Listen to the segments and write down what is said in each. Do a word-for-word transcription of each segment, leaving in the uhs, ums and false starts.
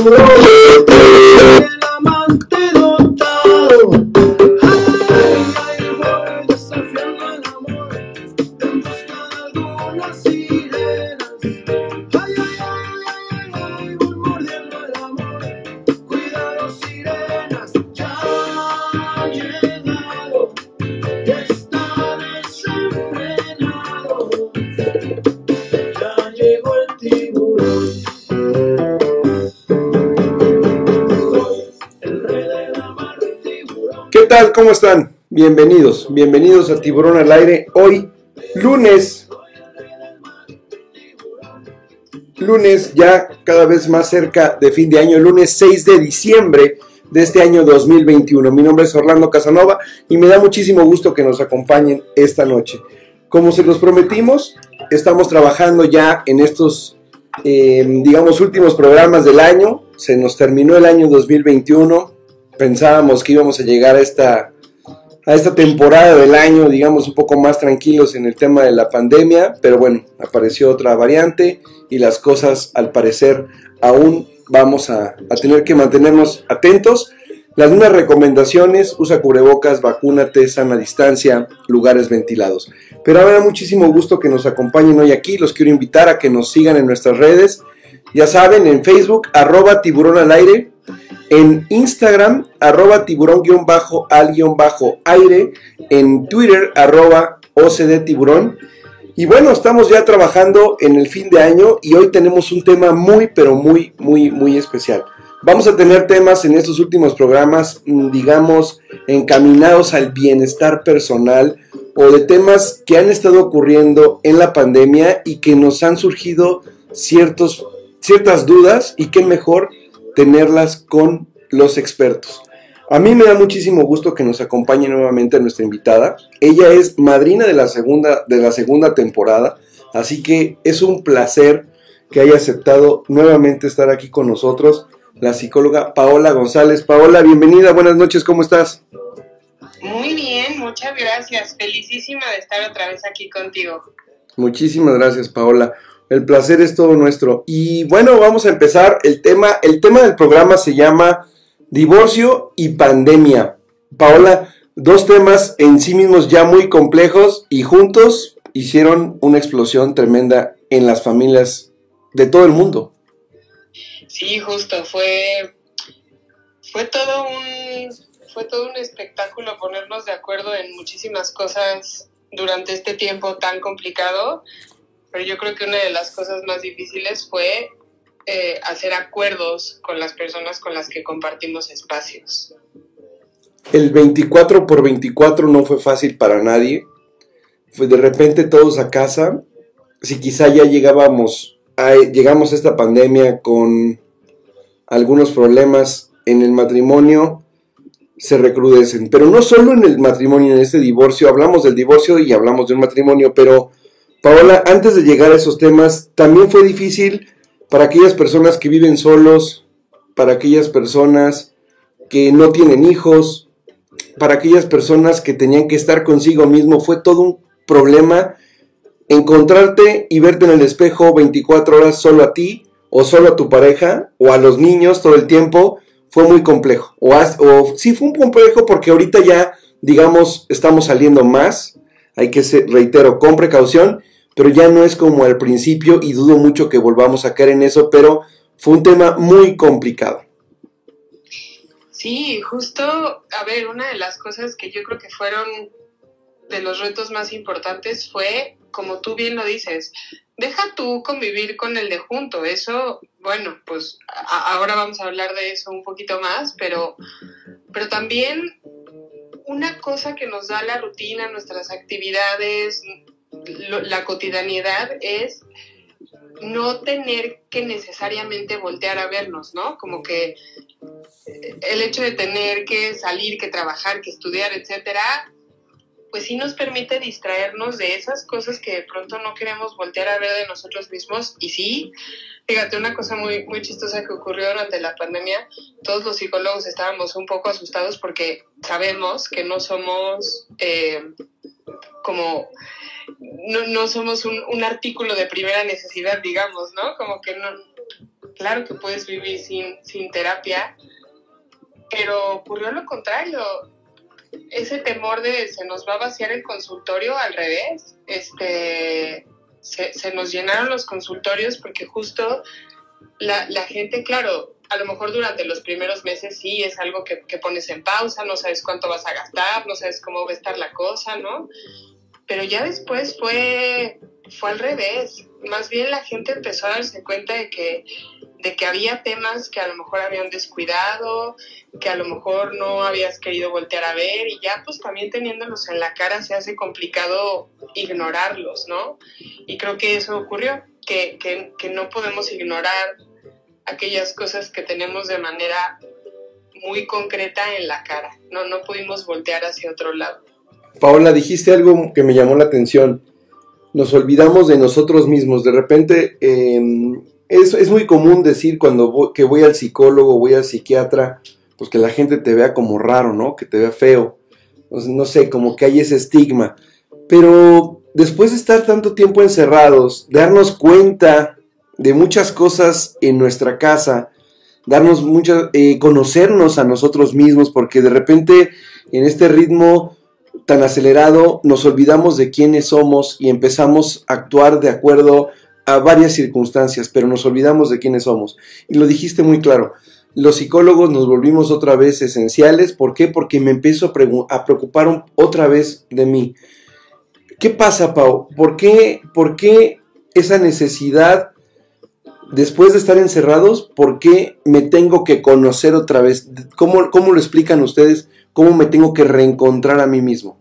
el amante dotado. Ay, ay, voy desafiando el amor en busca de algunas sirenas. Ay, ay, ay, ay, ay, voy mordiendo el amor. Cuidado, sirenas, ya ha llegado. Está desenfrenado. Ya llegó el tiburón. ¿Qué tal? ¿Cómo están? Bienvenidos, bienvenidos a Tiburón al Aire. Hoy, lunes, lunes ya cada vez más cerca de fin de año, lunes seis de diciembre de este año dos mil veintiuno. Mi nombre es Orlando Casanova y me da muchísimo gusto que nos acompañen esta noche. Como se los prometimos, estamos trabajando ya en estos, eh, digamos, últimos programas del año. Se nos terminó el año dos mil veintiuno. Pensábamos que íbamos a llegar a esta, a esta temporada del año, digamos, un poco más tranquilos en el tema de la pandemia, pero bueno, apareció otra variante y las cosas, al parecer, aún vamos a, a tener que mantenernos atentos. Las mismas recomendaciones: usa cubrebocas, vacúnate, sana distancia, lugares ventilados. Pero ahora, muchísimo gusto que nos acompañen hoy aquí. Los quiero invitar a que nos sigan en nuestras redes. Ya saben, en Facebook, arroba tiburón al aire. En Instagram, arroba tiburón-al-aire. En Twitter, arroba ocdtiburón. Y bueno, estamos ya trabajando en el fin de año y hoy tenemos un tema muy, pero muy, muy, muy especial. Vamos a tener temas en estos últimos programas, digamos, encaminados al bienestar personal o de temas que han estado ocurriendo en la pandemia y que nos han surgido ciertos, ciertas dudas, y qué mejor tenerlas con los expertos. A mí me da muchísimo gusto que nos acompañe nuevamente nuestra invitada. Ella es madrina de la segunda, de la segunda temporada, así que es un placer que haya aceptado nuevamente estar aquí con nosotros, la psicóloga Paola González. Paola, bienvenida, buenas noches, ¿cómo estás? Muy bien, muchas gracias, felicísima de estar otra vez aquí contigo. Muchísimas gracias, Paola. El placer es todo nuestro. Y bueno, vamos a empezar el tema. El tema del programa se llama divorcio y pandemia. Paola, dos temas en sí mismos ya muy complejos y juntos hicieron una explosión tremenda en las familias de todo el mundo. Sí, justo, fue, fue todo un, fue todo un espectáculo ponernos de acuerdo en muchísimas cosas durante este tiempo tan complicado. Pero yo creo que una de las cosas más difíciles fue eh, hacer acuerdos con las personas con las que compartimos espacios. El veinticuatro por veinticuatro no fue fácil para nadie. Fue de repente todos a casa. Si quizá ya llegábamos a, llegamos a esta pandemia con algunos problemas en el matrimonio, se recrudecen. Pero no solo en el matrimonio, en este divorcio. Hablamos del divorcio y hablamos de un matrimonio, pero Paola, antes de llegar a esos temas, también fue difícil para aquellas personas que viven solos, para aquellas personas que no tienen hijos, para aquellas personas que tenían que estar consigo mismo. Fue todo un problema encontrarte y verte en el espejo veinticuatro horas solo a ti, o solo a tu pareja, o a los niños todo el tiempo. Fue muy complejo. O, has, o sí, fue un complejo porque ahorita ya, digamos, estamos saliendo más. Hay que ser, reitero, con precaución, pero ya no es como al principio y dudo mucho que volvamos a caer en eso, pero fue un tema muy complicado. Sí, justo, a ver, una de las cosas que yo creo que fueron de los retos más importantes fue, como tú bien lo dices, deja tú convivir con el de junto. Eso, bueno, pues a, ahora vamos a hablar de eso un poquito más, pero, pero también una cosa que nos da la rutina, nuestras actividades, lo, la cotidianidad, es no tener que necesariamente voltear a vernos, ¿no? Como que el hecho de tener que salir, que trabajar, que estudiar, etcétera, pues sí nos permite distraernos de esas cosas que de pronto no queremos voltear a ver de nosotros mismos. Y sí, fíjate, una cosa muy, muy chistosa que ocurrió durante la pandemia, todos los psicólogos estábamos un poco asustados porque sabemos que no somos eh, como... No, no somos un, un artículo de primera necesidad, digamos, ¿no? Como que no, claro que puedes vivir sin, sin terapia, pero ocurrió lo contrario. Ese temor de se nos va a vaciar el consultorio, al revés, este, se, se nos llenaron los consultorios porque justo la, la gente, claro, a lo mejor durante los primeros meses sí es algo que, que pones en pausa, no sabes cuánto vas a gastar, no sabes cómo va a estar la cosa, ¿no? Pero ya después fue, fue al revés. Más bien la gente empezó a darse cuenta de que, de que había temas que a lo mejor habían descuidado, que a lo mejor no habías querido voltear a ver, y ya pues también teniéndolos en la cara se hace complicado ignorarlos, ¿no? Y creo que eso ocurrió, que, que, que no podemos ignorar aquellas cosas que tenemos de manera muy concreta en la cara, no, no pudimos voltear hacia otro lado. Paola, dijiste algo que me llamó la atención. Nos olvidamos de nosotros mismos. De repente, eh, es, es muy común decir cuando voy, que voy al psicólogo, voy al psiquiatra, pues que la gente te vea como raro, ¿no? Que te vea feo. Pues, no sé, como que hay ese estigma. Pero después de estar tanto tiempo encerrados, darnos cuenta de muchas cosas en nuestra casa, darnos muchas, eh, conocernos a nosotros mismos, porque de repente en este ritmo tan acelerado nos olvidamos de quiénes somos y empezamos a actuar de acuerdo a varias circunstancias, pero nos olvidamos de quiénes somos. Y lo dijiste muy claro, los psicólogos nos volvimos otra vez esenciales. ¿Por qué? Porque me empiezo a, pregu- a preocupar un, otra vez de mí. ¿Qué pasa, Pau? ¿Por qué, por qué esa necesidad, después de estar encerrados, por qué me tengo que conocer otra vez? ¿Cómo, cómo lo explican ustedes? ¿Cómo me tengo que reencontrar a mí mismo?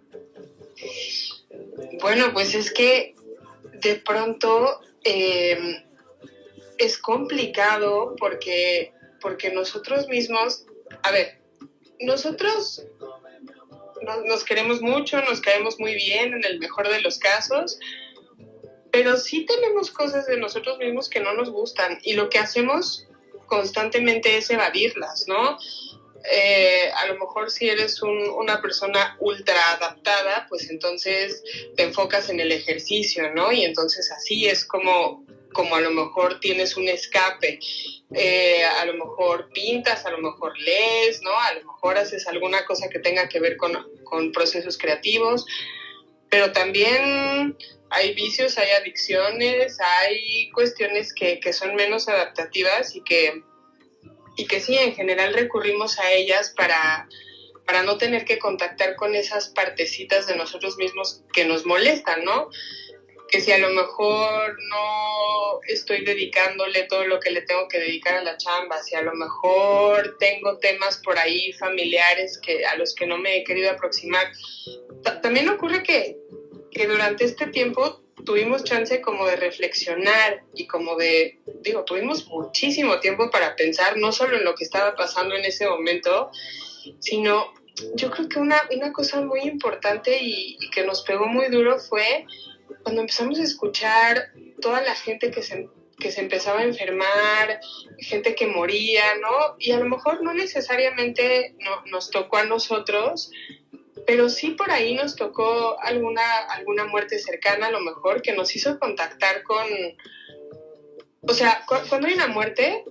Bueno, pues es que de pronto eh, es complicado porque, porque nosotros mismos, a ver, nosotros nos, nos queremos mucho, nos caemos muy bien en el mejor de los casos, pero sí tenemos cosas de nosotros mismos que no nos gustan y lo que hacemos constantemente es evadirlas, ¿no? Eh, a lo mejor si eres un, una persona ultra adaptada, pues entonces te enfocas en el ejercicio, ¿no? Y entonces así es como, como a lo mejor tienes un escape. Eh, a lo mejor pintas, a lo mejor lees, ¿no? A lo mejor haces alguna cosa que tenga que ver con, con procesos creativos, pero también hay vicios, hay adicciones, hay cuestiones que, que son menos adaptativas y que y que sí, en general recurrimos a ellas para, para no tener que contactar con esas partecitas de nosotros mismos que nos molestan, ¿no? Que si a lo mejor no estoy dedicándole todo lo que le tengo que dedicar a la chamba, si a lo mejor tengo temas por ahí familiares que, a los que no me he querido aproximar. T- también ocurre que, que durante este tiempo tuvimos chance como de reflexionar y como de, digo, tuvimos muchísimo tiempo para pensar no solo en lo que estaba pasando en ese momento, sino yo creo que una, una cosa muy importante y, y que nos pegó muy duro fue cuando empezamos a escuchar toda la gente que se, que se empezaba a enfermar, gente que moría, ¿no? Y a lo mejor no necesariamente no, nos tocó a nosotros, pero sí por ahí nos tocó alguna, alguna muerte cercana a lo mejor que nos hizo contactar con... O sea, cu- cuando hay una muerte,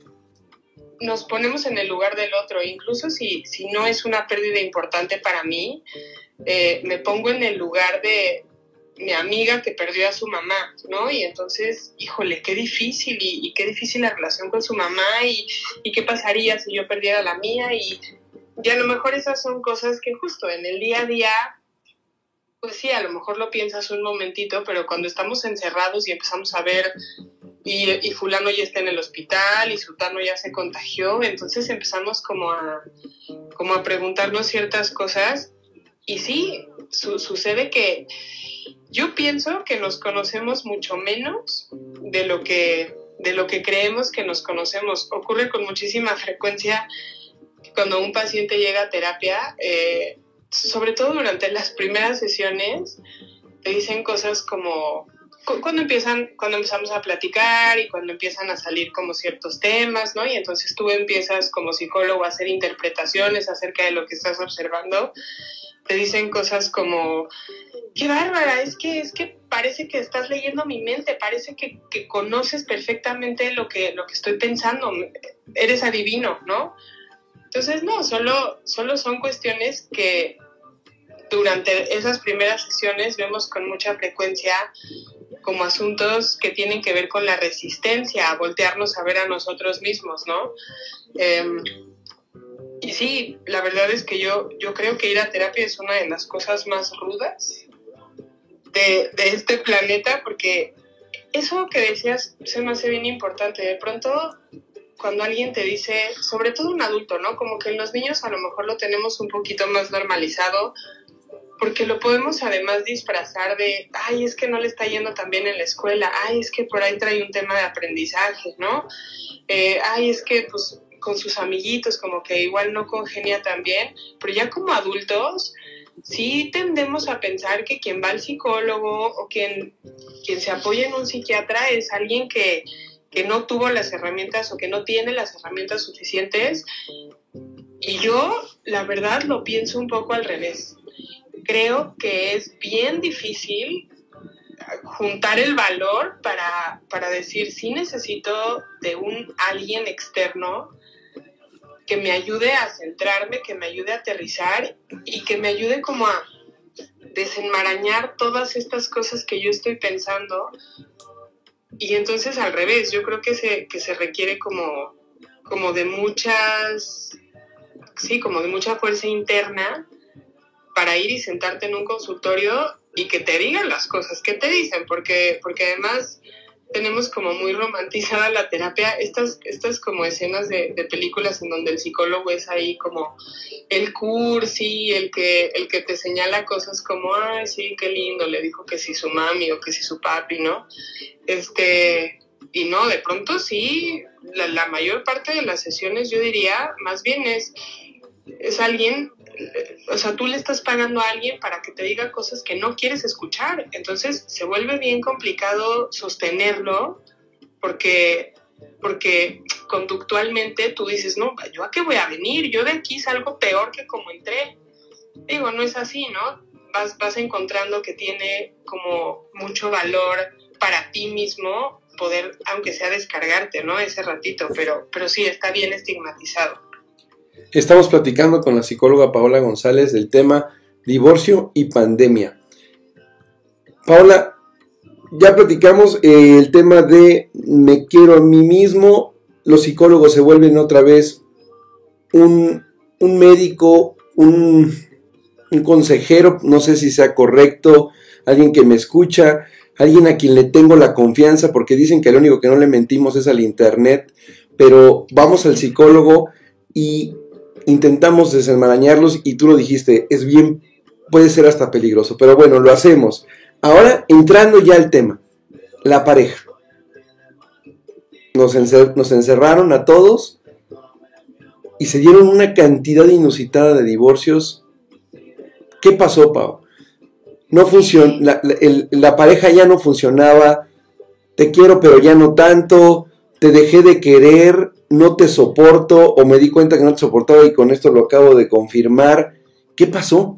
nos ponemos en el lugar del otro, incluso si, si no es una pérdida importante para mí, eh, me pongo en el lugar de mi amiga que perdió a su mamá, ¿no? Y entonces, híjole, qué difícil, y, y qué difícil la relación con su mamá, y, y qué pasaría si yo perdiera la mía, y... Y a lo mejor esas son cosas que justo en el día a día, pues sí, a lo mejor lo piensas un momentito, pero cuando estamos encerrados y empezamos a ver, y, y fulano ya está en el hospital, y sultano ya se contagió, entonces empezamos como a, como a preguntarnos ciertas cosas, y sí, su, sucede que yo pienso que nos conocemos mucho menos de lo que, de lo que creemos que nos conocemos. Ocurre con muchísima frecuencia cuando un paciente llega a terapia, eh, sobre todo durante las primeras sesiones, te dicen cosas como cu- cuando empiezan, cuando empezamos a platicar y cuando empiezan a salir como ciertos temas, ¿no? Y entonces tú empiezas como psicólogo a hacer interpretaciones acerca de lo que estás observando te dicen cosas como, qué bárbara, es que, es que parece que estás leyendo mi mente, parece que, que conoces perfectamente lo que, lo que estoy pensando, eres adivino, ¿no? Entonces, no, solo, solo son cuestiones que durante esas primeras sesiones vemos con mucha frecuencia como asuntos que tienen que ver con la resistencia, a voltearnos a ver a nosotros mismos, ¿no? Eh, y sí, la verdad es que yo, yo creo que ir a terapia es una de las cosas más rudas de, de este planeta, porque eso que decías se me hace bien importante. De pronto, cuando alguien te dice, sobre todo un adulto, ¿no? Como que en los niños a lo mejor lo tenemos un poquito más normalizado, porque lo podemos además disfrazar de, ay, es que no le está yendo tan bien en la escuela, ay, es que por ahí trae un tema de aprendizaje, ¿no? Eh, ay, es que pues con sus amiguitos como que igual no congenia tan bien, pero ya como adultos sí tendemos a pensar que quien va al psicólogo o quien, quien se apoya en un psiquiatra es alguien que, que no tuvo las herramientas o que no tiene las herramientas suficientes, y yo la verdad lo pienso un poco al revés. Creo que es bien difícil juntar el valor para, para decir, sí necesito de un alguien externo que me ayude a centrarme, que me ayude a aterrizar y que me ayude como a desenmarañar todas estas cosas que yo estoy pensando. Y entonces al revés, yo creo que se, que se requiere como, como de muchas, sí, como de mucha fuerza interna para ir y sentarte en un consultorio y que te digan las cosas que te dicen, porque, porque además tenemos como muy romantizada la terapia, estas, estas como escenas de, de películas en donde el psicólogo es ahí como el cursi, el que, el que te señala cosas como, ay, sí, qué lindo, le dijo que sí su mami o que sí su papi, ¿no? Este, y no, de pronto sí, la, la mayor parte de las sesiones yo diría, más bien es, es alguien, o sea, tú le estás pagando a alguien para que te diga cosas que no quieres escuchar, entonces se vuelve bien complicado sostenerlo, porque, porque conductualmente tú dices, no, ¿yo a qué voy a venir? Yo de aquí salgo peor que como entré. Digo, no es así, ¿no? Vas, vas encontrando que tiene como mucho valor para ti mismo poder, aunque sea descargarte, ¿no? Ese ratito, pero, pero sí, está bien estigmatizado. Estamos platicando con la psicóloga Paola González del tema divorcio y pandemia. Paola, ya platicamos eh, el tema de me quiero a mí mismo. Los psicólogos se vuelven otra vez un, un médico, un, un consejero, no sé si sea correcto, alguien que me escucha, alguien a quien le tengo la confianza, porque dicen que lo único que no le mentimos es al internet, pero vamos al psicólogo y intentamos desenmarañarlos, y tú lo dijiste, es bien, puede ser hasta peligroso, pero bueno, lo hacemos. Ahora, entrando ya al tema, la pareja. Nos, encer- nos encerraron a todos y se dieron una cantidad inusitada de divorcios. ¿Qué pasó, Pau? No funcionó, la, la, el, la pareja ya no funcionaba, te quiero pero ya no tanto, te dejé de querer, no te soporto, o me di cuenta que no te soportaba y con esto lo acabo de confirmar. ¿Qué pasó?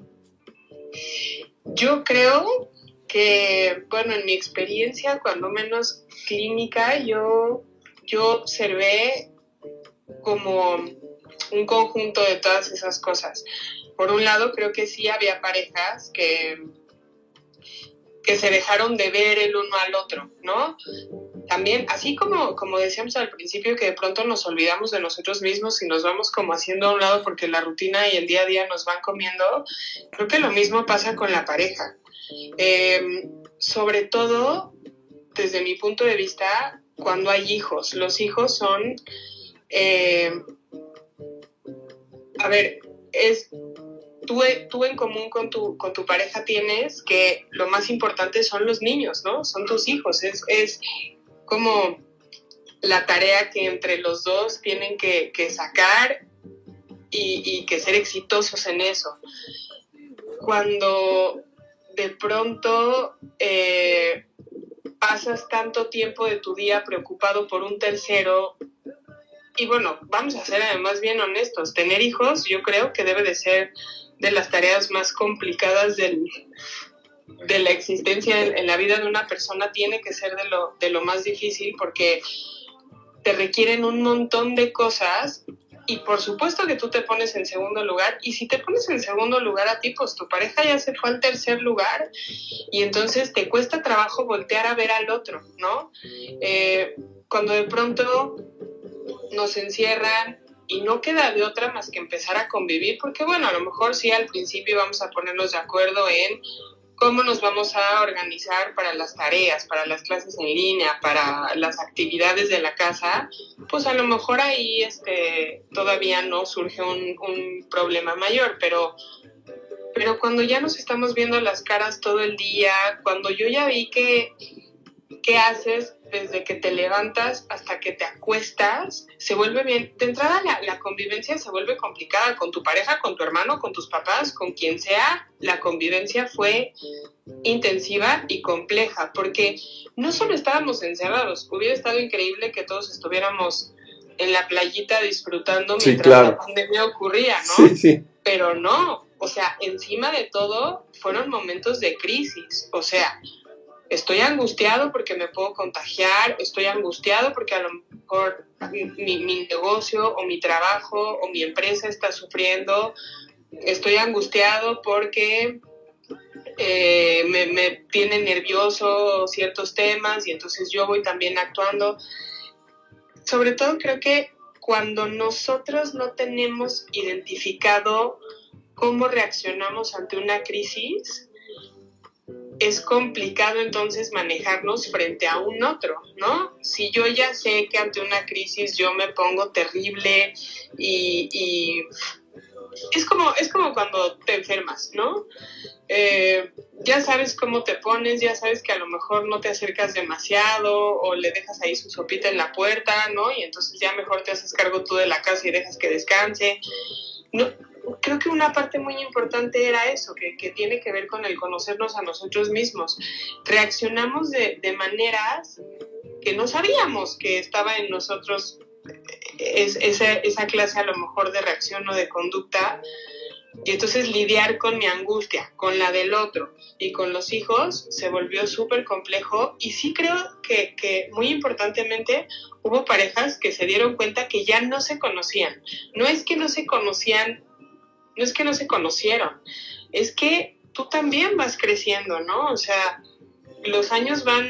Yo creo que, bueno, en mi experiencia, cuando menos clínica, yo, yo observé como un conjunto de todas esas cosas. Por un lado, creo que sí había parejas que, que se dejaron de ver el uno al otro, ¿no? También, así como, como decíamos al principio, que de pronto nos olvidamos de nosotros mismos y nos vamos como haciendo a un lado porque la rutina y el día a día nos van comiendo, creo que lo mismo pasa con la pareja. Eh, sobre todo, desde mi punto de vista, cuando hay hijos. Los hijos son, eh, a ver, es... Tú, tú en común con tu, con tu pareja tienes que lo más importante son los niños, ¿no? Son tus hijos, es, es como la tarea que entre los dos tienen que, que sacar y, y que ser exitosos en eso. Cuando de pronto eh, pasas tanto tiempo de tu día preocupado por un tercero, y bueno, vamos a ser además bien honestos, tener hijos yo creo que debe de ser de las tareas más complicadas del, de la existencia en, en la vida de una persona, tiene que ser de lo, de lo más difícil, porque te requieren un montón de cosas y por supuesto que tú te pones en segundo lugar, y si te pones en segundo lugar a ti, pues tu pareja ya se fue al tercer lugar y entonces te cuesta trabajo voltear a ver al otro, ¿no? Eh, cuando de pronto nos encierran y no queda de otra más que empezar a convivir, porque bueno, a lo mejor sí al principio vamos a ponernos de acuerdo en cómo nos vamos a organizar para las tareas, para las clases en línea, para las actividades de la casa, pues a lo mejor ahí este, todavía no surge un, un problema mayor, pero, pero cuando ya nos estamos viendo las caras todo el día, cuando yo ya vi que qué haces desde que te levantas hasta que te acuestas, se vuelve bien. De entrada la, la convivencia se vuelve complicada con tu pareja, con tu hermano, con tus papás, con quien sea. La convivencia fue intensiva y compleja, porque no solo estábamos encerrados, hubiera estado increíble que todos estuviéramos en la playita disfrutando mientras sí, claro. la pandemia ocurría, ¿no? Sí, sí. Pero no, o sea, encima de todo fueron momentos de crisis, o sea, estoy angustiado porque me puedo contagiar, estoy angustiado porque a lo mejor mi, mi negocio o mi trabajo o mi empresa está sufriendo, estoy angustiado porque eh, me, me tienen nervioso ciertos temas y entonces yo voy también actuando. Sobre todo creo que cuando nosotros no tenemos identificado cómo reaccionamos ante una crisis, es complicado entonces manejarnos frente a un otro, ¿no? Si yo ya sé que ante una crisis yo me pongo terrible y, y es como, es como cuando te enfermas, ¿no? Eh, ya sabes cómo te pones, ya sabes que a lo mejor no te acercas demasiado o le dejas ahí su sopita en la puerta, ¿no? Y entonces ya mejor te haces cargo tú de la casa y dejas que descanse. No, creo que una parte muy importante era eso, que, que tiene que ver con el conocernos a nosotros mismos. Reaccionamos de, de maneras que no sabíamos que estaba en nosotros es, esa, esa clase a lo mejor de reacción o de conducta, y entonces lidiar con mi angustia, con la del otro y con los hijos se volvió súper complejo. Y sí creo que, que muy importantemente hubo parejas que se dieron cuenta que ya no se conocían. No es que no se conocían, no es que no se conocieron, es que tú también vas creciendo, ¿no? O sea, los años van,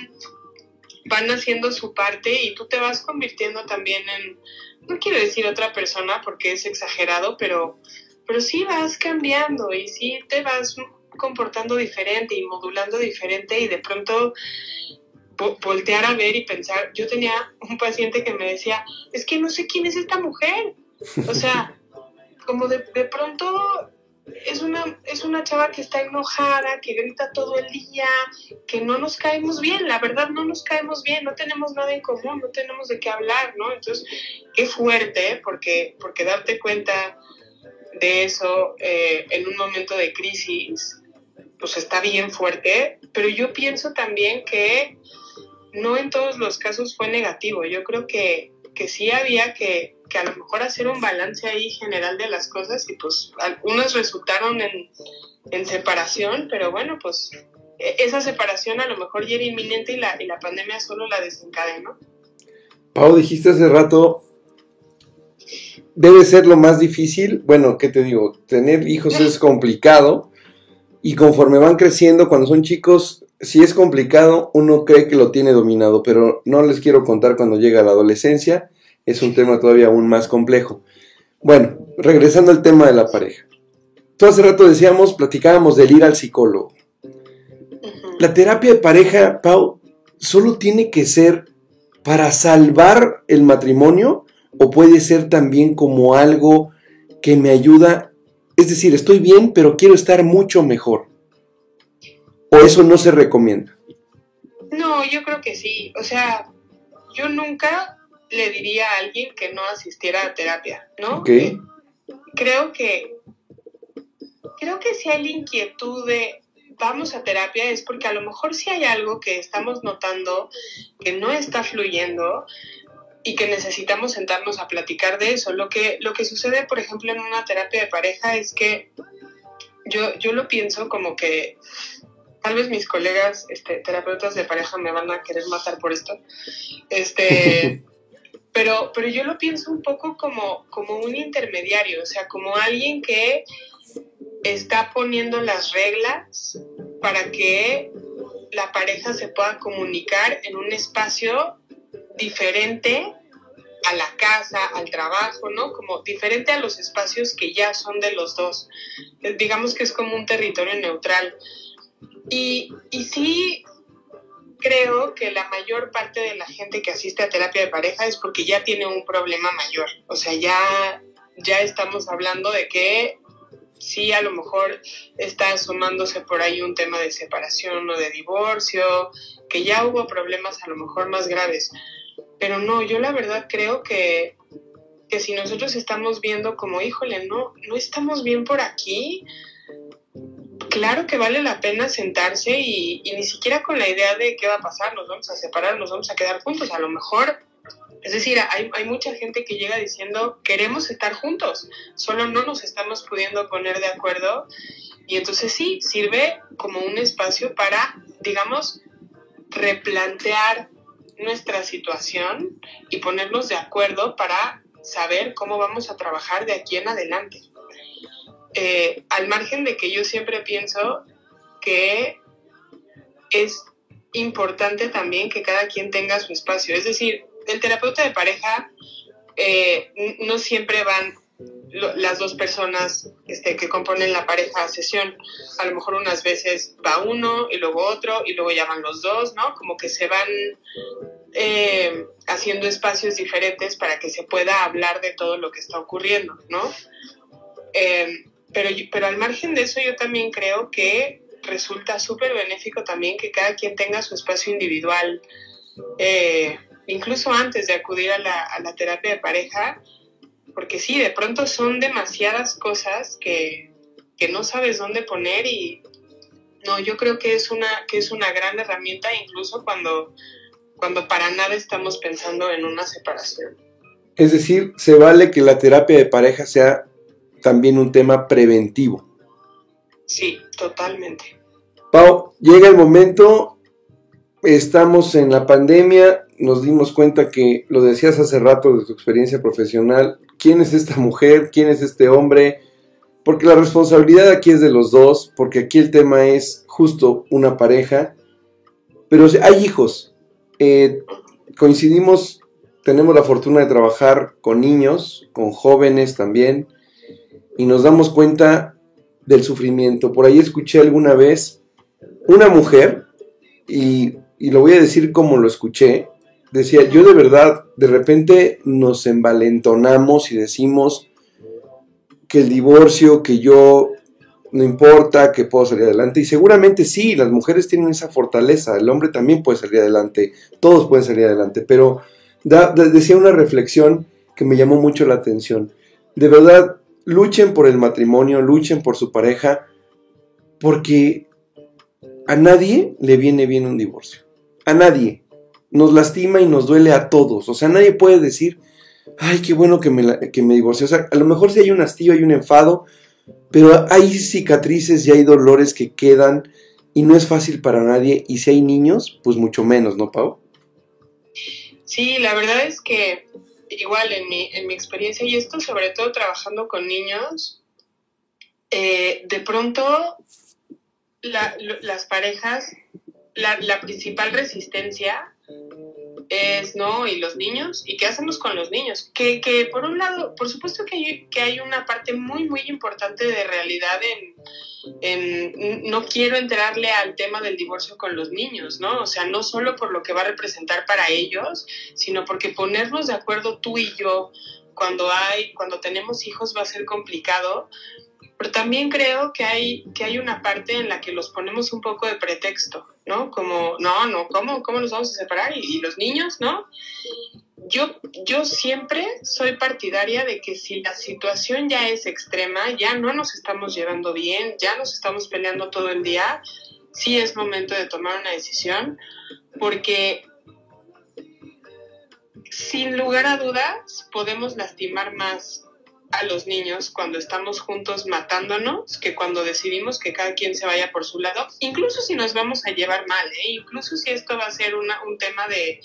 van haciendo su parte y tú te vas convirtiendo también en, no quiero decir otra persona porque es exagerado, pero... pero sí vas cambiando y sí te vas comportando diferente y modulando diferente, y de pronto vo- voltear a ver y pensar. Yo tenía un paciente que me decía, es que no sé quién es esta mujer, o sea, como de, de pronto es una, es una chava que está enojada, que grita todo el día, que no nos caemos bien, la verdad no nos caemos bien, no tenemos nada en común, no tenemos de qué hablar, ¿no? Entonces, qué fuerte, porque, porque darte cuenta de eso eh, en un momento de crisis, pues está bien fuerte, pero yo pienso también que no en todos los casos fue negativo. Yo creo que, que sí había que, que a lo mejor hacer un balance ahí general de las cosas, y pues algunos resultaron en, en separación, pero bueno, pues esa separación a lo mejor ya era inminente y la, y la pandemia solo la desencadenó. Pau, dijiste hace rato, debe ser lo más difícil. Bueno, ¿qué te digo? Tener hijos es complicado, y conforme van creciendo, cuando son chicos, si es complicado, uno cree que lo tiene dominado, pero no les quiero contar cuando llega la adolescencia, es un tema todavía aún más complejo. Bueno, regresando al tema de la pareja. Tú hace rato decíamos, platicábamos del ir al psicólogo. La terapia de pareja, Pau, ¿solo tiene que ser para salvar el matrimonio? ¿O puede ser también como algo que me ayuda? Es decir, estoy bien, pero quiero estar mucho mejor. ¿O eso no se recomienda? No, yo creo que sí. O sea, yo nunca le diría a alguien que no asistiera a terapia, ¿no? Okay. Eh, creo que, creo que si hay la inquietud de vamos a terapia, es porque a lo mejor sí hay algo que estamos notando que no está fluyendo. y que necesitamos sentarnos a platicar de eso. Lo que, lo que sucede, por ejemplo, en una terapia de pareja es que yo, yo lo pienso como que tal vez mis colegas este, terapeutas de pareja me van a querer matar por esto, este, pero, pero yo lo pienso un poco como, como un intermediario, o sea, como alguien que está poniendo las reglas para que la pareja se pueda comunicar en un espacio diferente a la casa, al trabajo, ¿no? Como diferente a los espacios que ya son de los dos. Digamos que es como un territorio neutral. Y, y sí creo que la mayor parte de la gente que asiste a terapia de pareja es porque ya tiene un problema mayor. O sea, ya, ya estamos hablando de que sí, a lo mejor está asomándose por ahí un tema de separación o de divorcio, que ya hubo problemas a lo mejor más graves. Pero no, yo la verdad creo que, que si nosotros estamos viendo como, híjole, no, no estamos bien por aquí, claro que vale la pena sentarse y, y ni siquiera con la idea de qué va a pasar, nos vamos a separar, nos vamos a quedar juntos, a lo mejor. Es decir, hay, hay mucha gente que llega diciendo, queremos estar juntos, solo no nos estamos pudiendo poner de acuerdo. Y entonces sí, sirve como un espacio para, digamos, replantear nuestra situación y ponernos de acuerdo para saber cómo vamos a trabajar de aquí en adelante. Eh, al margen de que yo siempre pienso que es importante también que cada quien tenga su espacio. Es decir, el terapeuta de pareja eh, no siempre van lo, las dos personas este, que componen la pareja a sesión. A lo mejor unas veces va uno y luego otro y luego ya van los dos, ¿no? Como que se van eh, haciendo espacios diferentes para que se pueda hablar de todo lo que está ocurriendo, ¿no? Eh, pero, pero al margen de eso yo también creo que resulta súper benéfico también que cada quien tenga su espacio individual, eh, incluso antes de acudir a la, a la terapia de pareja, porque sí, de pronto son demasiadas cosas que, que no sabes dónde poner y no, yo creo que es una, que es una gran herramienta incluso cuando, cuando para nada estamos pensando en una separación. Es decir, se vale que la terapia de pareja sea también un tema preventivo. Sí, totalmente. Pau, llega el momento, estamos en la pandemia, nos dimos cuenta que, lo decías hace rato de tu experiencia profesional, ¿quién es esta mujer? ¿Quién es este hombre? Porque la responsabilidad aquí es de los dos, porque aquí el tema es justo una pareja, pero hay hijos. Eh, coincidimos, tenemos la fortuna de trabajar con niños, con jóvenes también, y nos damos cuenta del sufrimiento. Por ahí escuché alguna vez una mujer, y, y lo voy a decir como lo escuché, decía, yo de verdad, de repente nos envalentonamos y decimos que el divorcio, que yo no importa, que puedo salir adelante, y seguramente sí, las mujeres tienen esa fortaleza, el hombre también puede salir adelante, todos pueden salir adelante, pero da, da, decía una reflexión que me llamó mucho la atención. De verdad, luchen por el matrimonio, luchen por su pareja, porque a nadie le viene bien un divorcio. A nadie. Nos lastima y nos duele a todos. O sea, nadie puede decir, ay, qué bueno que me, que me divorcié. O sea, a lo mejor sí hay un hastío, hay un enfado, pero hay cicatrices y hay dolores que quedan y no es fácil para nadie. Y si hay niños, pues mucho menos, ¿no, Pau? Sí, la verdad es que igual en mi, en mi experiencia, y esto sobre todo trabajando con niños, eh, de pronto la, las parejas, la, la principal resistencia es, ¿no? ¿Y los niños? ¿Y qué hacemos con los niños? Que, que por un lado, por supuesto que hay, que hay una parte muy, muy importante de realidad en, en, no quiero entrarle al tema del divorcio con los niños, ¿no? O sea, no solo por lo que va a representar para ellos, sino porque ponernos de acuerdo tú y yo cuando hay, cuando tenemos hijos va a ser complicado. Pero también creo que hay, que hay una parte en la que los ponemos un poco de pretexto, ¿no? Como, no, no, ¿cómo, cómo nos vamos a separar? ¿Y, y los niños, no? Yo, yo siempre soy partidaria de que si la situación ya es extrema, ya no nos estamos llevando bien, ya nos estamos peleando todo el día, sí es momento de tomar una decisión, porque sin lugar a dudas, podemos lastimar más a los niños cuando estamos juntos matándonos que cuando decidimos que cada quien se vaya por su lado, incluso si nos vamos a llevar mal, ¿eh? Incluso si esto va a ser una, un tema de,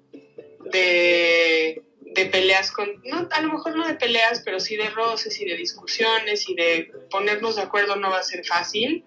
de, de peleas, con, no, a lo mejor no de peleas, pero sí de roces y de discusiones y de ponernos de acuerdo no va a ser fácil,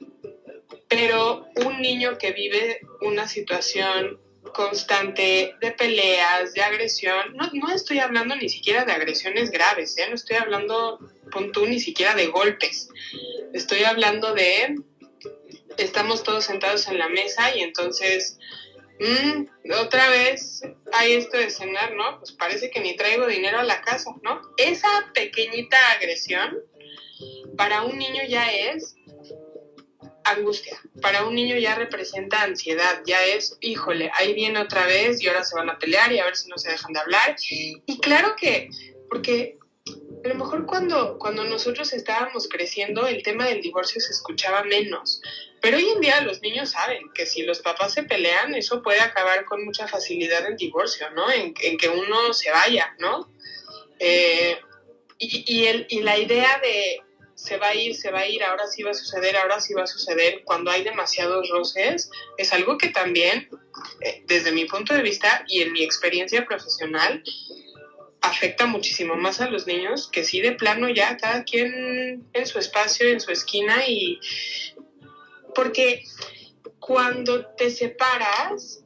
pero un niño que vive una situación constante de peleas, de agresión, no, no estoy hablando ni siquiera de agresiones graves, ¿eh? No estoy hablando, pon tú, ni siquiera de golpes, estoy hablando de, estamos todos sentados en la mesa y entonces, mmm, otra vez hay esto de cenar, ¿no? Pues parece que ni traigo dinero a la casa, ¿no? Esa pequeñita agresión para un niño ya es angustia, para un niño ya representa ansiedad, ya es, híjole, ahí viene otra vez y ahora se van a pelear y a ver si no se dejan de hablar. Y claro que, porque a lo mejor cuando, cuando nosotros estábamos creciendo el tema del divorcio se escuchaba menos, pero hoy en día los niños saben que si los papás se pelean eso puede acabar con mucha facilidad en divorcio, ¿no? En, en que uno se vaya, ¿no? Eh, y, y, el, y la idea de se va a ir, se va a ir, ahora sí va a suceder, ahora sí va a suceder, cuando hay demasiados roces, es algo que también, eh, desde mi punto de vista y en mi experiencia profesional, afecta muchísimo más a los niños, que sí de plano ya cada quien en su espacio, en su esquina, y porque cuando te separas,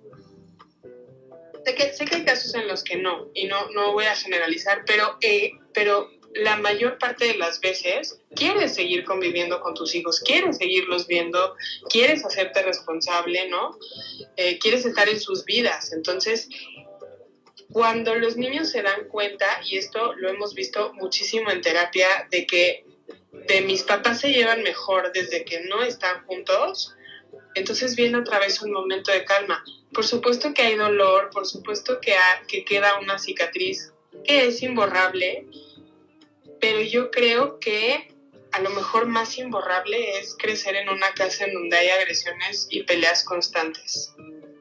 sé que, sé que hay casos en los que no, y no, no voy a generalizar, pero, eh, pero la mayor parte de las veces quieres seguir conviviendo con tus hijos, quieres seguirlos viendo, quieres hacerte responsable, ¿no? Eh, quieres estar en sus vidas. Entonces, cuando los niños se dan cuenta, y esto lo hemos visto muchísimo en terapia, de que de mis papás se llevan mejor desde que no están juntos, entonces viene otra vez un momento de calma. Por supuesto que hay dolor, por supuesto que, ha, que queda una cicatriz que es imborrable, pero yo creo que a lo mejor más imborrable es crecer en una casa en donde hay agresiones y peleas constantes.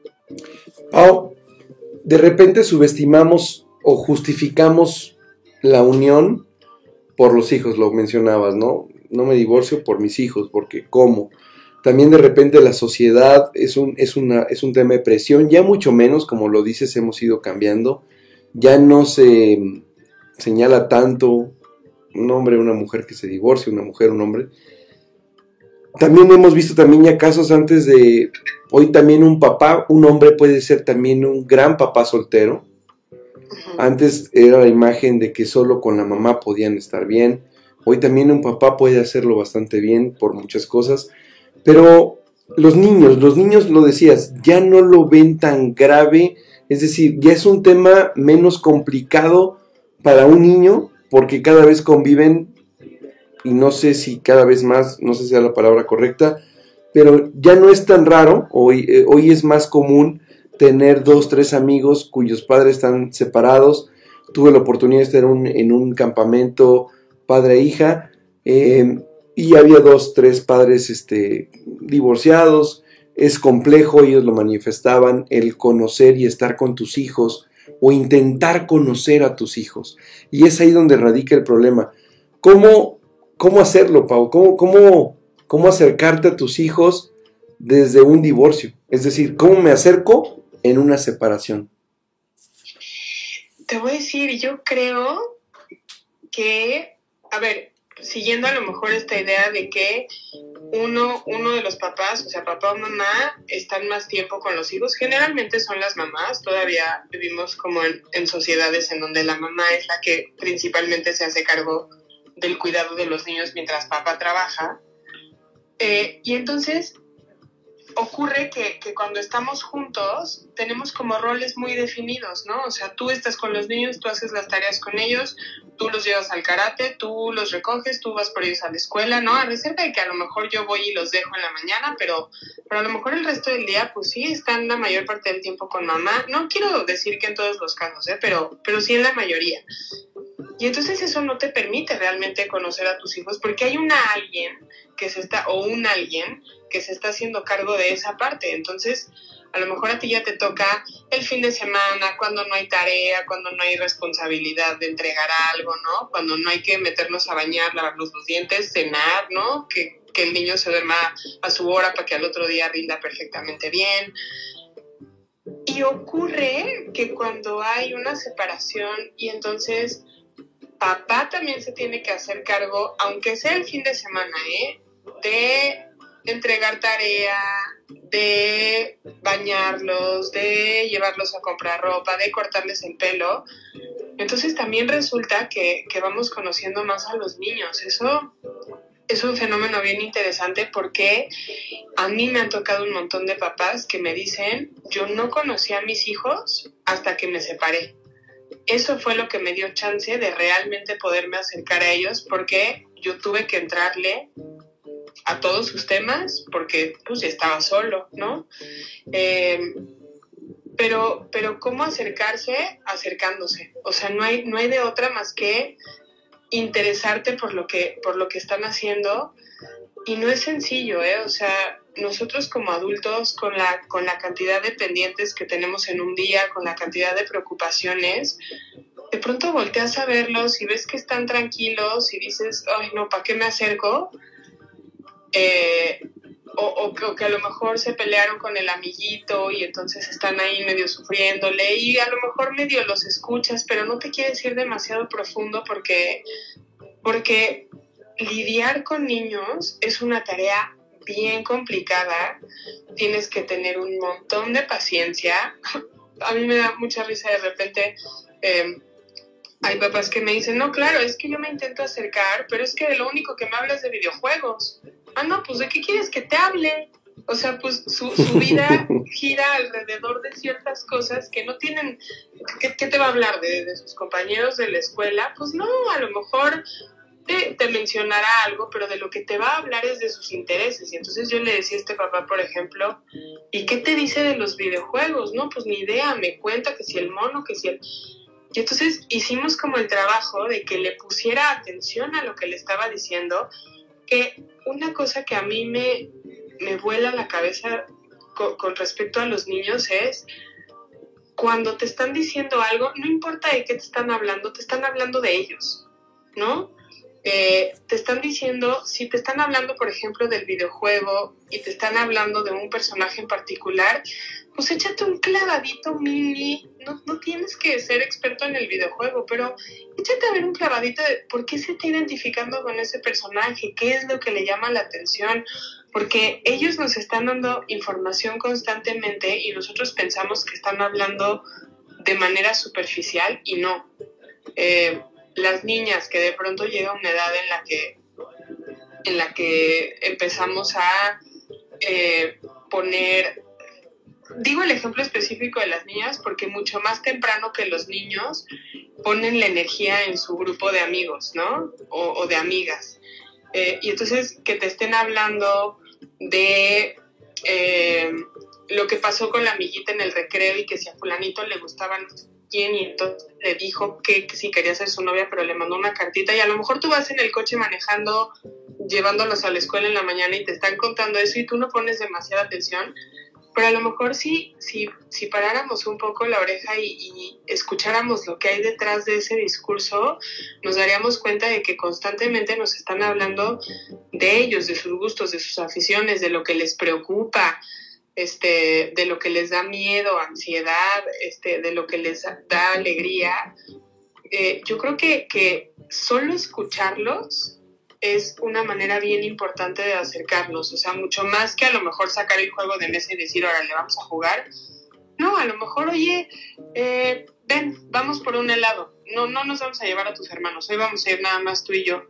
Pau, de repente subestimamos o justificamos la unión por los hijos, lo mencionabas, ¿no? No me divorcio por mis hijos, porque ¿cómo? También de repente la sociedad es un, es una, es un tema de presión, ya mucho menos, como lo dices, hemos ido cambiando, ya no se señala tanto un hombre, una mujer que se divorcia, una mujer, un hombre. También hemos visto también ya casos antes de, hoy también un papá, un hombre puede ser también un gran papá soltero. Antes era la imagen de que solo con la mamá podían estar bien. Hoy también un papá puede hacerlo bastante bien por muchas cosas. Pero los niños, los niños lo decías, ya no lo ven tan grave. Es decir, ya es un tema menos complicado para un niño, porque cada vez conviven, y no sé si cada vez más, no sé si sea la palabra correcta, pero ya no es tan raro, hoy, eh, hoy es más común tener dos, tres amigos cuyos padres están separados. Tuve la oportunidad de estar un, en un campamento padre e hija, eh, y había dos, tres padres este, divorciados. Es complejo, ellos lo manifestaban, el conocer y estar con tus hijos, o intentar conocer a tus hijos. Y es ahí donde radica el problema. ¿Cómo, cómo hacerlo, Pau? ¿Cómo, cómo, ¿Cómo acercarte a tus hijos desde un divorcio? Es decir, ¿cómo me acerco en una separación? Te voy a decir, yo creo que, a ver, siguiendo a lo mejor esta idea de que uno, uno de los papás, o sea, papá o mamá, están más tiempo con los hijos. Generalmente son las mamás, todavía vivimos como en, en sociedades en donde la mamá es la que principalmente se hace cargo del cuidado de los niños mientras papá trabaja. Eh, y entonces ocurre que, que cuando estamos juntos tenemos como roles muy definidos, ¿no? O sea, tú estás con los niños, tú haces las tareas con ellos, tú los llevas al karate, tú los recoges, tú vas por ellos a la escuela, ¿no? A reserva de que a lo mejor yo voy y los dejo en la mañana, pero, pero a lo mejor el resto del día, pues sí, están la mayor parte del tiempo con mamá. No quiero decir que en todos los casos, ¿eh? Pero, pero sí en la mayoría. Y entonces eso no te permite realmente conocer a tus hijos, porque hay una alguien que se está, o un alguien que se está haciendo cargo de esa parte. Entonces, A lo mejor a ti ya te toca el fin de semana, cuando no hay tarea, cuando no hay responsabilidad de entregar algo, ¿no? Cuando no hay que meternos a bañar, lavarnos los dientes, cenar, ¿no? Que, que el niño se duerma a su hora para que al otro día rinda perfectamente bien. Y ocurre que cuando hay una separación y entonces papá también se tiene que hacer cargo, aunque sea el fin de semana, ¿eh? De entregar tarea, de bañarlos, de llevarlos a comprar ropa, de cortarles el pelo. Entonces también resulta que, que vamos conociendo más a los niños. Eso es un fenómeno bien interesante porque a mí me han tocado un montón de papás que me dicen, yo no conocí a mis hijos hasta que me separé. Eso fue lo que me dio chance de realmente poderme acercar a ellos porque yo tuve que entrarle a todos sus temas porque pues ya estaba solo, ¿no? Eh, pero, pero ¿cómo acercarse? Acercándose. O sea, no hay, no hay de otra más que interesarte por lo que, por lo que están haciendo. Y no es sencillo, ¿eh? O sea, nosotros como adultos, con la, con la cantidad de pendientes que tenemos en un día, con la cantidad de preocupaciones, de pronto volteas a verlos y ves que están tranquilos y dices, ay, no, ¿para qué me acerco? Eh, o, o, que, o que a lo mejor se pelearon con el amiguito y entonces están ahí medio sufriéndole y a lo mejor medio los escuchas, pero no te quieres ir demasiado profundo porque, porque lidiar con niños es una tarea bien complicada. Tienes que tener un montón de paciencia. A mí me da mucha risa de repente. Eh, hay papás que me dicen, no, claro, es que yo me intento acercar, pero es que de lo único que me hablas es de videojuegos. Ah, no, pues ¿de qué quieres que te hable? O sea, pues su, su vida gira alrededor de ciertas cosas que no tienen... ¿Qué, qué te va a hablar? ¿De, de sus compañeros de la escuela? Pues no, a lo mejor te, te mencionará algo, pero de lo que te va a hablar es de sus intereses. Y entonces yo le decía a este papá, por ejemplo, ¿y qué te dice de los videojuegos? No, pues ni idea, me cuenta que si el mono, que si el... Y entonces hicimos como el trabajo de que le pusiera atención a lo que le estaba diciendo, que una cosa que a mí me, me vuela la cabeza con, con respecto a los niños es cuando te están diciendo algo, no importa de qué te están hablando, te están hablando de ellos, ¿no? Eh, te están diciendo, si te están hablando, por ejemplo, del videojuego y te están hablando de un personaje en particular, pues échate un clavadito mini, no, no tienes que ser experto en el videojuego, pero échate a ver un clavadito de por qué se está identificando con ese personaje, qué es lo que le llama la atención, porque ellos nos están dando información constantemente y nosotros pensamos que están hablando de manera superficial y no. Eh, las niñas que de pronto llega una edad en la que, en la que empezamos a eh, poner... Digo el ejemplo específico de las niñas porque mucho más temprano que los niños ponen la energía en su grupo de amigos, ¿no? O, o de amigas. Eh, y entonces que te estén hablando de eh, lo que pasó con la amiguita en el recreo y que si a fulanito le gustaban quién y entonces le dijo que, que si quería ser su novia pero le mandó una cartita y a lo mejor tú vas en el coche manejando, llevándolos a la escuela en la mañana y te están contando eso y tú no pones demasiada atención. Pero a lo mejor sí, sí, si paráramos un poco la oreja y, y escucháramos lo que hay detrás de ese discurso, nos daríamos cuenta de que constantemente nos están hablando de ellos, de sus gustos, de sus aficiones, de lo que les preocupa, este, de lo que les da miedo, ansiedad, este, de lo que les da alegría. Eh, yo creo que, que solo escucharlos es una manera bien importante de acercarnos, o sea, mucho más que a lo mejor sacar el juego de mesa y decir, órale, vamos a jugar. No, a lo mejor, oye, eh, ven, vamos por un helado. No, no nos vamos a llevar a tus hermanos, hoy vamos a ir nada más tú y yo.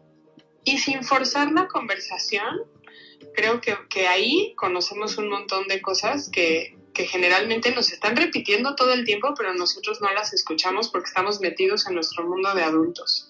Y sin forzar la conversación, creo que, que ahí conocemos un montón de cosas que, que generalmente nos están repitiendo todo el tiempo, pero nosotros no las escuchamos porque estamos metidos en nuestro mundo de adultos.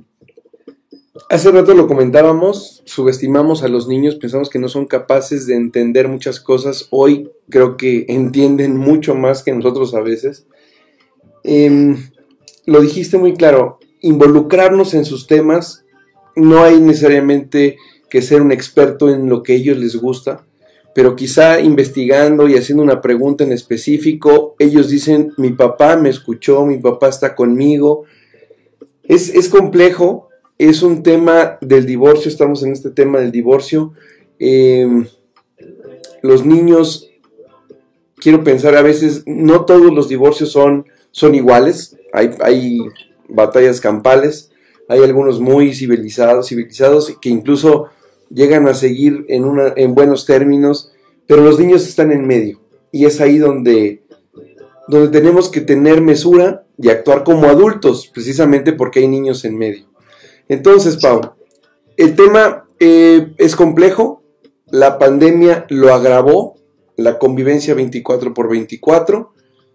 Hace rato lo comentábamos, subestimamos a los niños, pensamos que no son capaces de entender muchas cosas. Hoy creo que entienden mucho más que nosotros a veces. Eh, lo dijiste muy claro, involucrarnos en sus temas, no hay necesariamente que ser un experto en lo que a ellos les gusta, pero quizá investigando y haciendo una pregunta en específico, ellos dicen, mi papá me escuchó, mi papá está conmigo. Es, es complejo, es un tema del divorcio, estamos en este tema del divorcio. Eh, los niños, quiero pensar a veces, no todos los divorcios son, son iguales, hay, hay batallas campales, hay algunos muy civilizados, civilizados que incluso llegan a seguir en, una, en buenos términos, pero los niños están en medio, y es ahí donde, donde tenemos que tener mesura y actuar como adultos, precisamente porque hay niños en medio. Entonces, Pau, el tema eh, es complejo, la pandemia lo agravó, la convivencia veinticuatro por veinticuatro.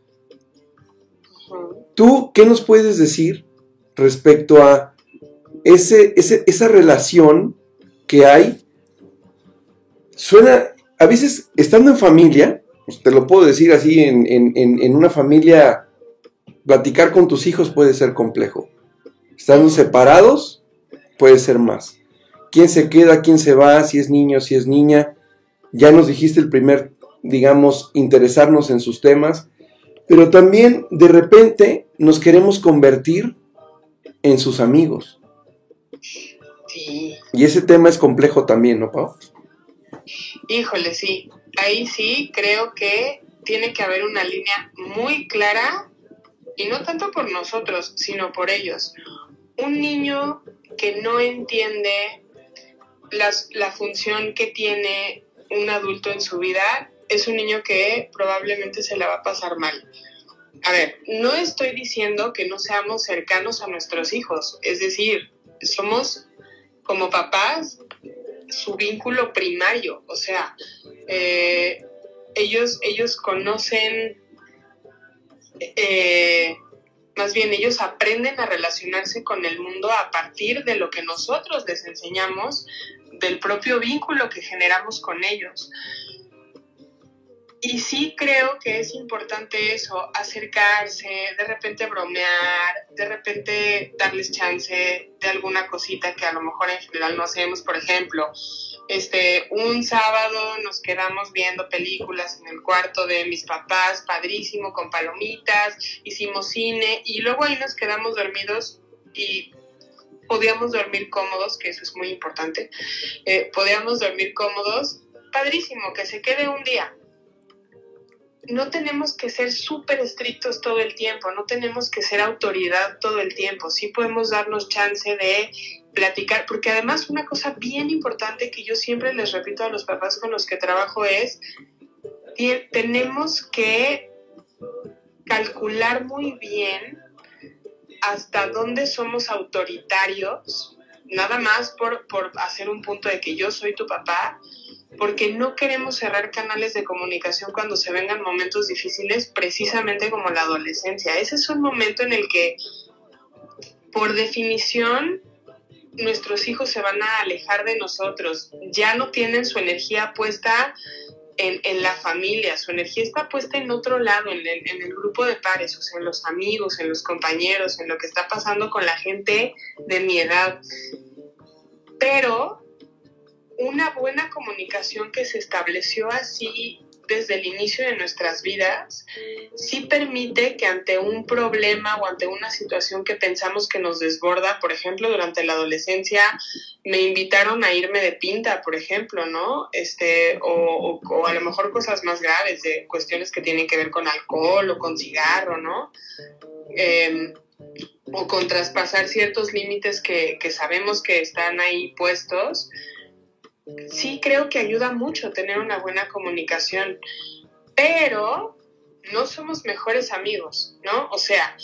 ¿Tú qué nos puedes decir respecto a ese, ese, esa relación que hay? Suena, a veces estando en familia, te lo puedo decir así, en, en, en una familia, platicar con tus hijos puede ser complejo. Estando separados, puede ser más. ¿Quién se queda, quién se va, si es niño, si es niña? Ya nos dijiste el primer, digamos, interesarnos en sus temas, pero también de repente nos queremos convertir en sus amigos. Sí. Y ese tema es complejo también, ¿no, Pau? Híjole, sí. Ahí sí creo que tiene que haber una línea muy clara, y no tanto por nosotros, sino por ellos. Un niño que no entiende las, la función que tiene un adulto en su vida es un niño que probablemente se la va a pasar mal. A ver, no estoy diciendo que no seamos cercanos a nuestros hijos, es decir, somos como papás su vínculo primario, o sea, eh, ellos, ellos conocen, eh, más bien ellos aprenden a relacionarse con el mundo a partir de lo que nosotros les enseñamos, del propio vínculo que generamos con ellos. Y sí creo que es importante eso, acercarse, de repente bromear, de repente darles chance de alguna cosita que a lo mejor en general no hacemos. Por ejemplo, este, un sábado nos quedamos viendo películas en el cuarto de mis papás, padrísimo, con palomitas, hicimos cine y luego ahí nos quedamos dormidos y podíamos dormir cómodos, que eso es muy importante, eh, podíamos dormir cómodos, padrísimo, que se quede un día. No tenemos que ser súper estrictos todo el tiempo, no tenemos que ser autoridad todo el tiempo, sí podemos darnos chance de platicar, porque además una cosa bien importante que yo siempre les repito a los papás con los que trabajo es, tenemos que calcular muy bien hasta dónde somos autoritarios, nada más por, por hacer un punto de que yo soy tu papá, porque no queremos cerrar canales de comunicación cuando se vengan momentos difíciles, precisamente como la adolescencia. Ese es un momento en el que, por definición, nuestros hijos se van a alejar de nosotros. Ya no tienen su energía puesta en, en la familia, su energía está puesta en otro lado, en el, en el grupo de pares, o sea, en los amigos, en los compañeros, en lo que está pasando con la gente de mi edad. Pero una buena comunicación que se estableció así desde el inicio de nuestras vidas, sí permite que ante un problema o ante una situación que pensamos que nos desborda, por ejemplo, durante la adolescencia me invitaron a irme de pinta, por ejemplo, ¿no? Este, o, o, o a lo mejor cosas más graves, de cuestiones que tienen que ver con alcohol o con cigarro, ¿no? Eh, o con traspasar ciertos límites que, que sabemos que están ahí puestos. Sí creo que ayuda mucho tener una buena comunicación, pero no somos mejores amigos, ¿no? O sea,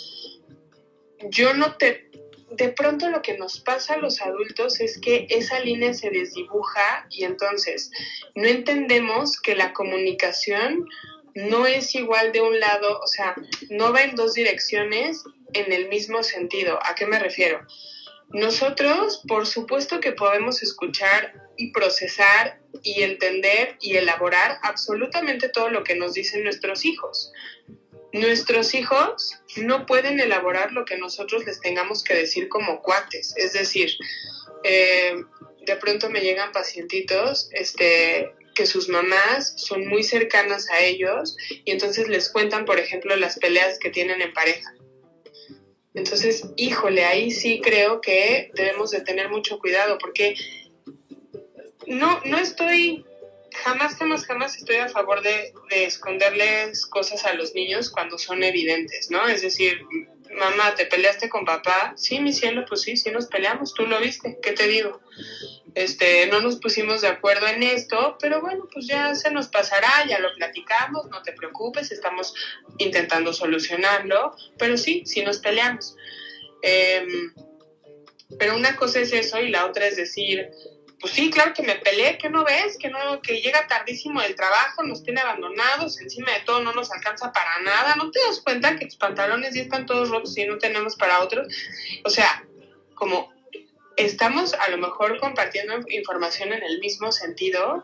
yo no te... De pronto lo que nos pasa a los adultos es que esa línea se desdibuja y entonces no entendemos que la comunicación no es igual de un lado, o sea, no va en dos direcciones en el mismo sentido. ¿A qué me refiero? Nosotros, por supuesto que podemos escuchar y procesar y entender y elaborar absolutamente todo lo que nos dicen nuestros hijos. Nuestros hijos no pueden elaborar lo que nosotros les tengamos que decir como cuates. Es decir, eh, de pronto me llegan pacientitos este, que sus mamás son muy cercanas a ellos y entonces les cuentan, por ejemplo, las peleas que tienen en pareja. Entonces, híjole, ahí sí creo que debemos de tener mucho cuidado porque no, no estoy, jamás, jamás, jamás estoy a favor de, de esconderles cosas a los niños cuando son evidentes, ¿no? Es decir, mamá, ¿te peleaste con papá? Sí, mi cielo, pues sí, sí nos peleamos, tú lo viste, ¿qué te digo? Este, no nos pusimos de acuerdo en esto, pero bueno, pues ya se nos pasará, ya lo platicamos, no te preocupes, estamos intentando solucionarlo, pero sí, sí nos peleamos. Eh, pero una cosa es eso y la otra es decir, pues sí, claro que me peleé, ¿qué no ves? Que no, que llega tardísimo del trabajo, nos tiene abandonados, encima de todo no nos alcanza para nada, ¿no te das cuenta que tus pantalones ya están todos rotos y no tenemos para otros? O sea, como estamos a lo mejor compartiendo información en el mismo sentido,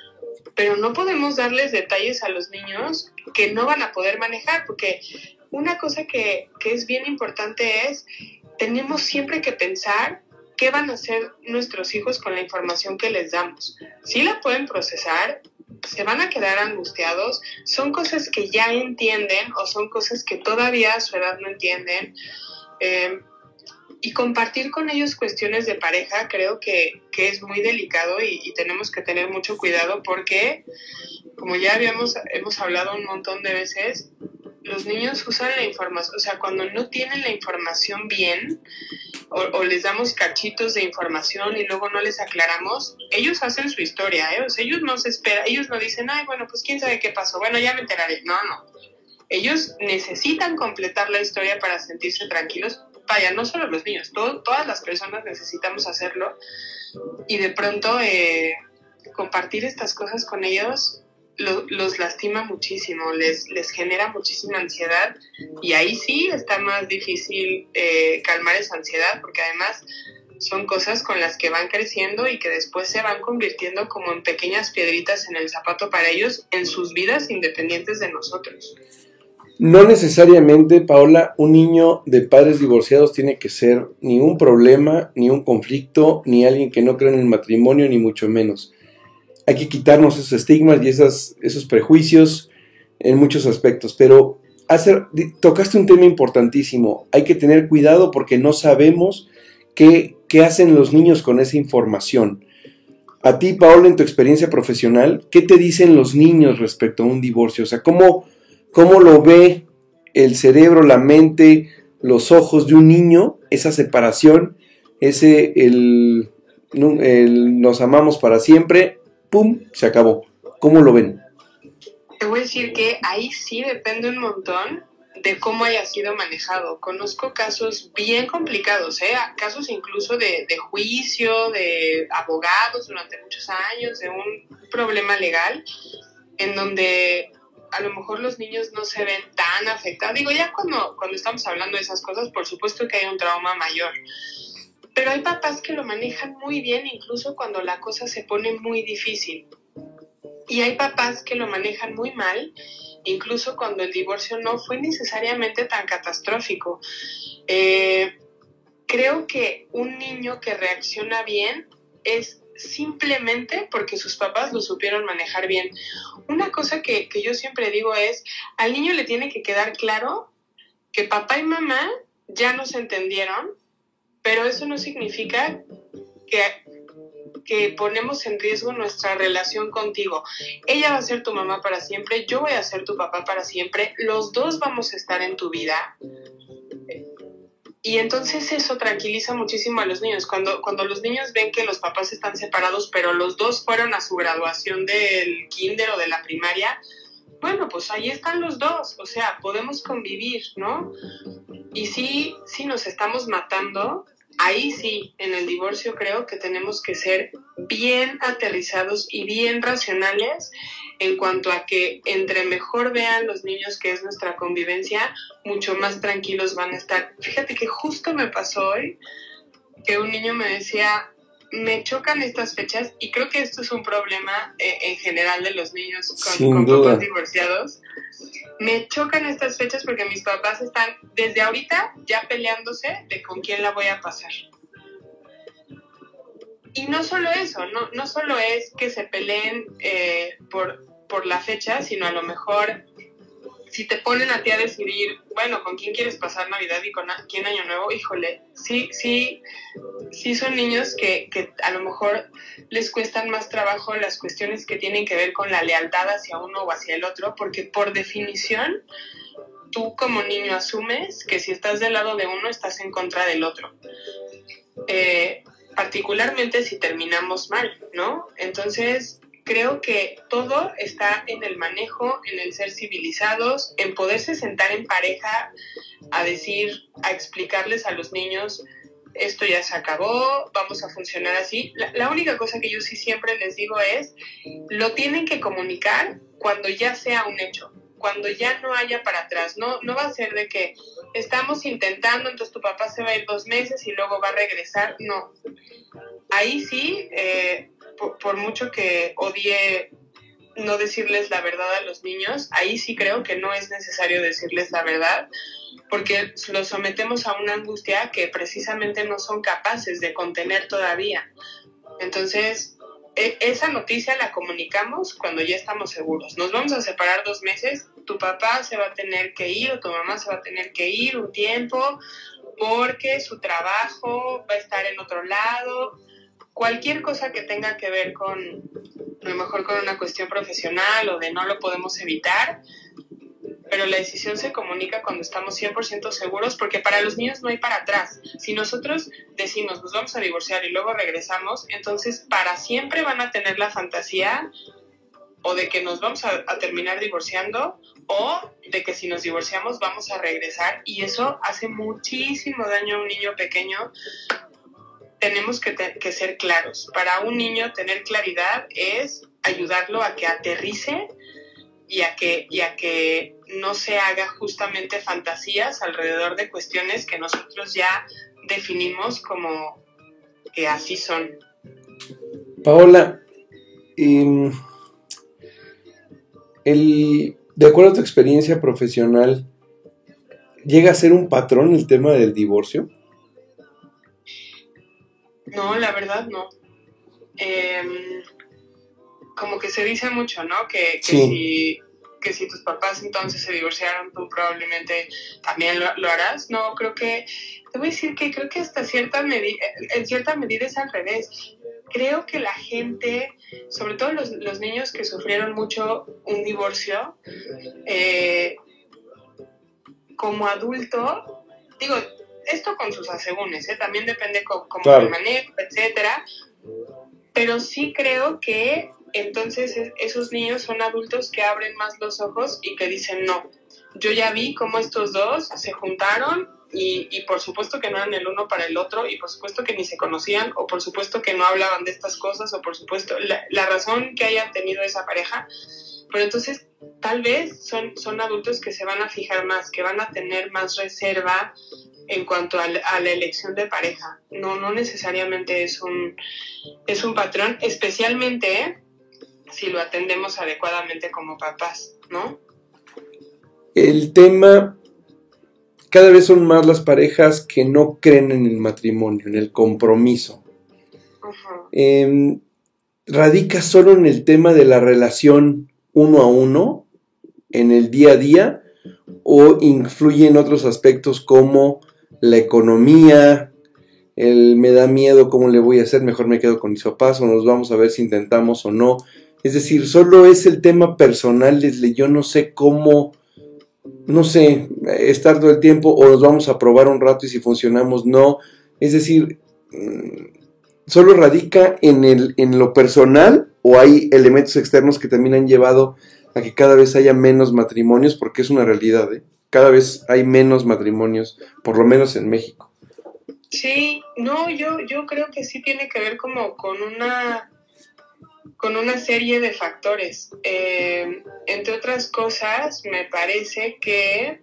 pero no podemos darles detalles a los niños que no van a poder manejar, porque una cosa que, que es bien importante es, tenemos siempre que pensar qué van a hacer nuestros hijos con la información que les damos. Si la pueden procesar, se van a quedar angustiados, son cosas que ya entienden o son cosas que todavía a su edad no entienden. Eh, y compartir con ellos cuestiones de pareja creo que, que es muy delicado y, y tenemos que tener mucho cuidado porque, como ya habíamos hemos hablado un montón de veces, los niños usan la información, o sea, cuando no tienen la información bien o, o les damos cachitos de información y luego no les aclaramos, ellos hacen su historia, ¿eh? O sea, ellos no se esperan, ellos no dicen, ay, bueno, pues quién sabe qué pasó, bueno, ya me enteraré. No, no. Ellos necesitan completar la historia para sentirse tranquilos. Vaya, no solo los niños, todo, todas las personas necesitamos hacerlo y de pronto eh, compartir estas cosas con ellos lo, los lastima muchísimo, les, les genera muchísima ansiedad y ahí sí está más difícil eh, calmar esa ansiedad porque además son cosas con las que van creciendo y que después se van convirtiendo como en pequeñas piedritas en el zapato para ellos en sus vidas independientes de nosotros. No necesariamente, Paola, un niño de padres divorciados tiene que ser ni un problema, ni un conflicto, ni alguien que no cree en el matrimonio, ni mucho menos. Hay que quitarnos esos estigmas y esas, esos prejuicios en muchos aspectos, pero hacer, tocaste un tema importantísimo. Hay que tener cuidado porque no sabemos qué, qué hacen los niños con esa información. A ti, Paola, en tu experiencia profesional, ¿qué te dicen los niños respecto a un divorcio? O sea, ¿cómo... ¿Cómo lo ve el cerebro, la mente, los ojos de un niño, esa separación, ese, el, el nos amamos para siempre, pum, se acabó? ¿Cómo lo ven? Te voy a decir que ahí sí depende un montón de cómo haya sido manejado. Conozco casos bien complicados, ¿eh? Casos incluso de, de juicio, de abogados durante muchos años, de un problema legal, en donde a lo mejor los niños no se ven tan afectados. Digo, ya cuando, cuando estamos hablando de esas cosas, por supuesto que hay un trauma mayor. Pero hay papás que lo manejan muy bien, incluso cuando la cosa se pone muy difícil. Y hay papás que lo manejan muy mal, incluso cuando el divorcio no fue necesariamente tan catastrófico. Eh, creo que un niño que reacciona bien es simplemente porque sus papás lo supieron manejar bien. Una cosa que, que yo siempre digo es, al niño le tiene que quedar claro que papá y mamá ya no se entendieron, pero eso no significa que, que ponemos en riesgo nuestra relación contigo. Ella va a ser tu mamá para siempre, yo voy a ser tu papá para siempre, los dos vamos a estar en tu vida. Y entonces eso tranquiliza muchísimo a los niños. Cuando, cuando los niños ven que los papás están separados, pero los dos fueron a su graduación del kinder o de la primaria, bueno, pues ahí están los dos. O sea, podemos convivir, ¿no? Y sí, sí nos estamos matando. Ahí sí, en el divorcio creo que tenemos que ser bien aterrizados y bien racionales en cuanto a que entre mejor vean los niños que es nuestra convivencia, mucho más tranquilos van a estar. Fíjate que justo me pasó hoy que un niño me decía, me chocan estas fechas, y creo que esto es un problema eh, en general de los niños con, con papás divorciados. Me chocan estas fechas porque mis papás están desde ahorita ya peleándose de con quién la voy a pasar. y no solo eso, no, no solo es que se peleen eh, por, por la fecha, sino a lo mejor si te ponen a ti a decidir, bueno, ¿con quién quieres pasar Navidad y con a, quién Año Nuevo? Híjole, sí, sí, sí son niños que, que a lo mejor les cuestan más trabajo las cuestiones que tienen que ver con la lealtad hacia uno o hacia el otro, porque por definición tú como niño asumes que si estás del lado de uno estás en contra del otro. Eh, particularmente si terminamos mal, ¿no? Entonces creo que todo está en el manejo, en el ser civilizados, en poderse sentar en pareja a decir, a explicarles a los niños, esto ya se acabó, vamos a funcionar así. La, la única cosa que yo sí siempre les digo es, lo tienen que comunicar cuando ya sea un hecho, cuando ya no haya para atrás. No, no va a ser de que estamos intentando, entonces tu papá se va a ir dos meses y luego va a regresar. No. Ahí sí, eh, por, por mucho que odie no decirles la verdad a los niños, ahí sí creo que no es necesario decirles la verdad, porque los sometemos a una angustia que precisamente no son capaces de contener todavía. Entonces, e- esa noticia la comunicamos cuando ya estamos seguros. Nos vamos a separar dos meses, tu papá se va a tener que ir o tu mamá se va a tener que ir un tiempo porque su trabajo va a estar en otro lado. Cualquier cosa que tenga que ver con, a lo mejor con una cuestión profesional o de no lo podemos evitar, pero la decisión se comunica cuando estamos cien por ciento seguros, porque para los niños no hay para atrás. Si nosotros decimos, nos vamos a divorciar y luego regresamos, entonces para siempre van a tener la fantasía o de que nos vamos a, a terminar divorciando o de que si nos divorciamos vamos a regresar, y eso hace muchísimo daño a un niño pequeño. Tenemos que, te- que ser claros. Para un niño tener claridad es ayudarlo a que aterrice y a que, y a que no se haga justamente fantasías alrededor de cuestiones que nosotros ya definimos como que así son. Paola, em, el, de acuerdo a tu experiencia profesional, ¿llega a ser un patrón el tema del divorcio? No, la verdad no. Em, como que se dice mucho, ¿no? Que, que Sí. si que si tus papás entonces se divorciaron, tú probablemente también lo, lo harás. No, creo que, te voy a decir que creo que hasta cierta medida, en cierta medida es al revés. Creo que la gente, sobre todo los, los niños que sufrieron mucho un divorcio, eh, como adulto, digo, esto con sus asegúnes, ¿eh? También depende co- cómo Claro. lo manejo, etcétera, pero sí creo que entonces es- esos niños son adultos que abren más los ojos y que dicen, no, yo ya vi cómo estos dos se juntaron y, y por supuesto que no eran el uno para el otro, y por supuesto que ni se conocían, o por supuesto que no hablaban de estas cosas, o por supuesto la, la razón que hayan tenido esa pareja. Pero entonces tal vez son, son adultos que se van a fijar más, que van a tener más reserva en cuanto a, la- a la elección de pareja. No, no necesariamente es un, es un patrón, especialmente ¿eh? si lo atendemos adecuadamente como papás, ¿no? El tema, cada vez son más las parejas que no creen en el matrimonio, en el compromiso. Ujú. Em, ¿radica solo en el tema de la relación uno a uno, en el día a día, o influye en otros aspectos como la economía, el me da miedo, cómo le voy a hacer, mejor me quedo con mis papás, o nos vamos a ver si intentamos o no? Es decir, solo es el tema personal, Leslie, yo no sé cómo, no sé, estar todo el tiempo, o nos vamos a probar un rato y si funcionamos, no. Es decir, mm, solo radica en, el, en lo personal, o hay elementos externos que también han llevado a que cada vez haya menos matrimonios, porque es una realidad, ¿eh? Cada vez hay menos matrimonios, por lo menos en México. Sí, no, yo, yo creo que sí tiene que ver como con una, con una serie de factores. Eh, entre otras cosas, me parece que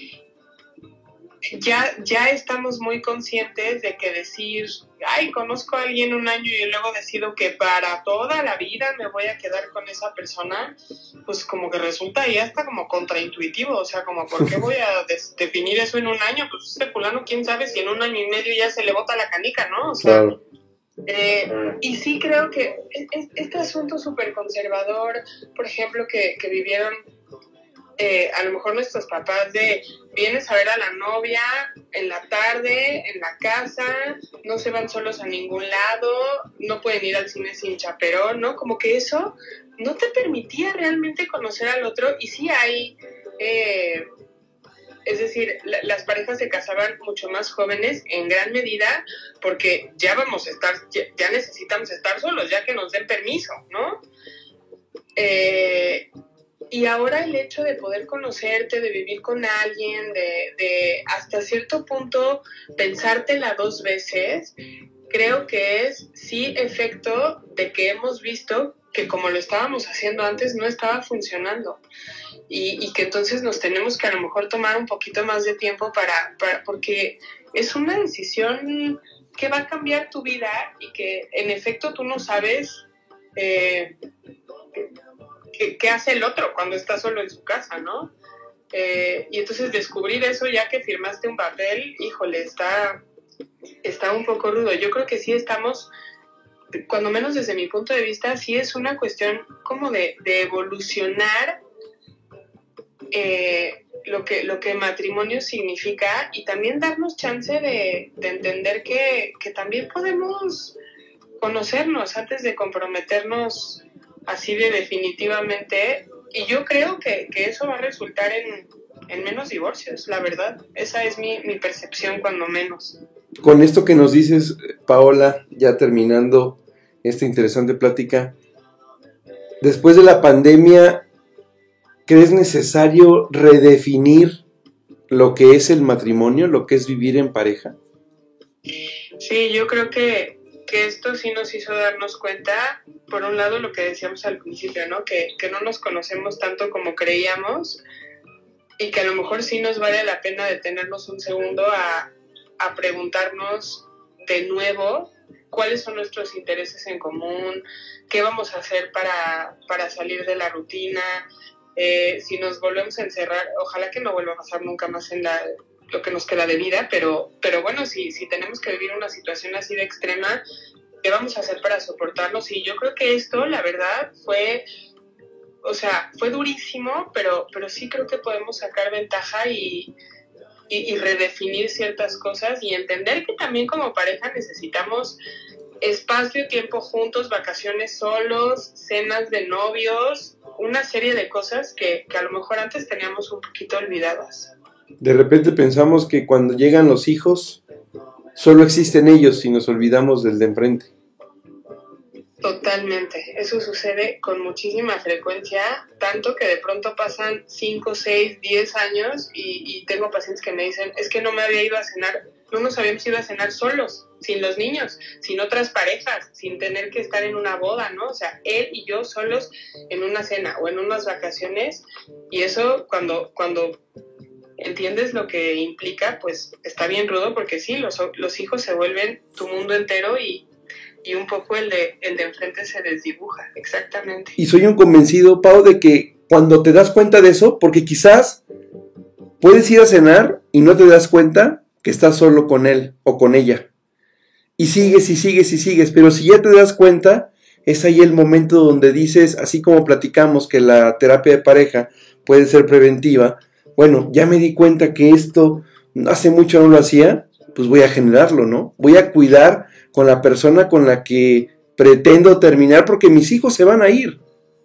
ya, ya estamos muy conscientes de que decir, ay, conozco a alguien un año y luego decido que para toda la vida me voy a quedar con esa persona, pues como que resulta ya hasta como contraintuitivo. O sea, como, ¿por qué voy a des- definir eso en un año? Pues este fulano, quién sabe si en un año y medio ya se le bota la canica, ¿no? O sea, Claro. Eh, y sí creo que este asunto súper conservador, por ejemplo, que, que vivieron eh, a lo mejor nuestros papás, de vienes a ver a la novia en la tarde, en la casa, no se van solos a ningún lado, no pueden ir al cine sin chaperón, ¿no? Como que eso no te permitía realmente conocer al otro. Y sí hay... Eh, Es decir, la, las parejas se casaban mucho más jóvenes en gran medida porque ya vamos a estar, ya, ya necesitamos estar solos, ya que nos den permiso, ¿no? Eh, y ahora el hecho de poder conocerte, de vivir con alguien, de, de hasta cierto punto pensártela dos veces, creo que es sí efecto de que hemos visto que como lo estábamos haciendo antes no estaba funcionando. Y, y que entonces nos tenemos que a lo mejor tomar un poquito más de tiempo para, para porque es una decisión que va a cambiar tu vida y que en efecto tú no sabes eh, qué, qué hace el otro cuando está solo en su casa, ¿no? Eh, y entonces descubrir eso ya que firmaste un papel, híjole, está, está un poco rudo. Yo creo que sí estamos, cuando menos desde mi punto de vista, sí es una cuestión como de, de evolucionar Eh, lo que lo que matrimonio significa y también darnos chance de, de entender que, que también podemos conocernos antes de comprometernos así de definitivamente, y yo creo que, que eso va a resultar en, en menos divorcios, la verdad. Esa es mi, mi percepción, cuando menos. Con esto que nos dices, Paola, ya terminando esta interesante plática, después de la pandemia, ¿crees necesario redefinir lo que es el matrimonio, lo que es vivir en pareja? Sí, yo creo que, que esto sí nos hizo darnos cuenta, por un lado, lo que decíamos al principio, ¿no? Que, que no nos conocemos tanto como creíamos y que a lo mejor sí nos vale la pena detenernos un segundo a, a preguntarnos de nuevo cuáles son nuestros intereses en común, qué vamos a hacer para, para salir de la rutina. Eh, si nos volvemos a encerrar, ojalá que no vuelva a pasar nunca más en la, lo que nos queda de vida, pero, pero bueno, si, si tenemos que vivir una situación así de extrema, ¿qué vamos a hacer para soportarnos? Y yo creo que esto, la verdad, fue, o sea, fue durísimo, pero, pero sí creo que podemos sacar ventaja y, y, y redefinir ciertas cosas y entender que también como pareja necesitamos espacio, tiempo juntos, vacaciones solos, cenas de novios, una serie de cosas que, que a lo mejor antes teníamos un poquito olvidadas. De repente pensamos que cuando llegan los hijos, solo existen ellos y nos olvidamos del de enfrente. Totalmente, eso sucede con muchísima frecuencia, tanto que de pronto pasan cinco, seis, diez años y, y tengo pacientes que me dicen, es que no me había ido a cenar, no nos habíamos ido a cenar solos, sin los niños, sin otras parejas, sin tener que estar en una boda, ¿no? O sea, él y yo solos en una cena o en unas vacaciones, y eso cuando, cuando entiendes lo que implica, pues está bien rudo, porque sí, los, los hijos se vuelven tu mundo entero y y un poco el de, el de enfrente se desdibuja, exactamente. Y soy un convencido, Pau, de que cuando te das cuenta de eso, porque quizás puedes ir a cenar y no te das cuenta que estás solo con él o con ella. Y sigues y sigues y sigues, pero si ya te das cuenta, es ahí el momento donde dices, así como platicamos que la terapia de pareja puede ser preventiva, bueno, ya me di cuenta que esto hace mucho no lo hacía, pues voy a generarlo, ¿no? Voy a cuidar con la persona con la que pretendo terminar porque mis hijos se van a ir.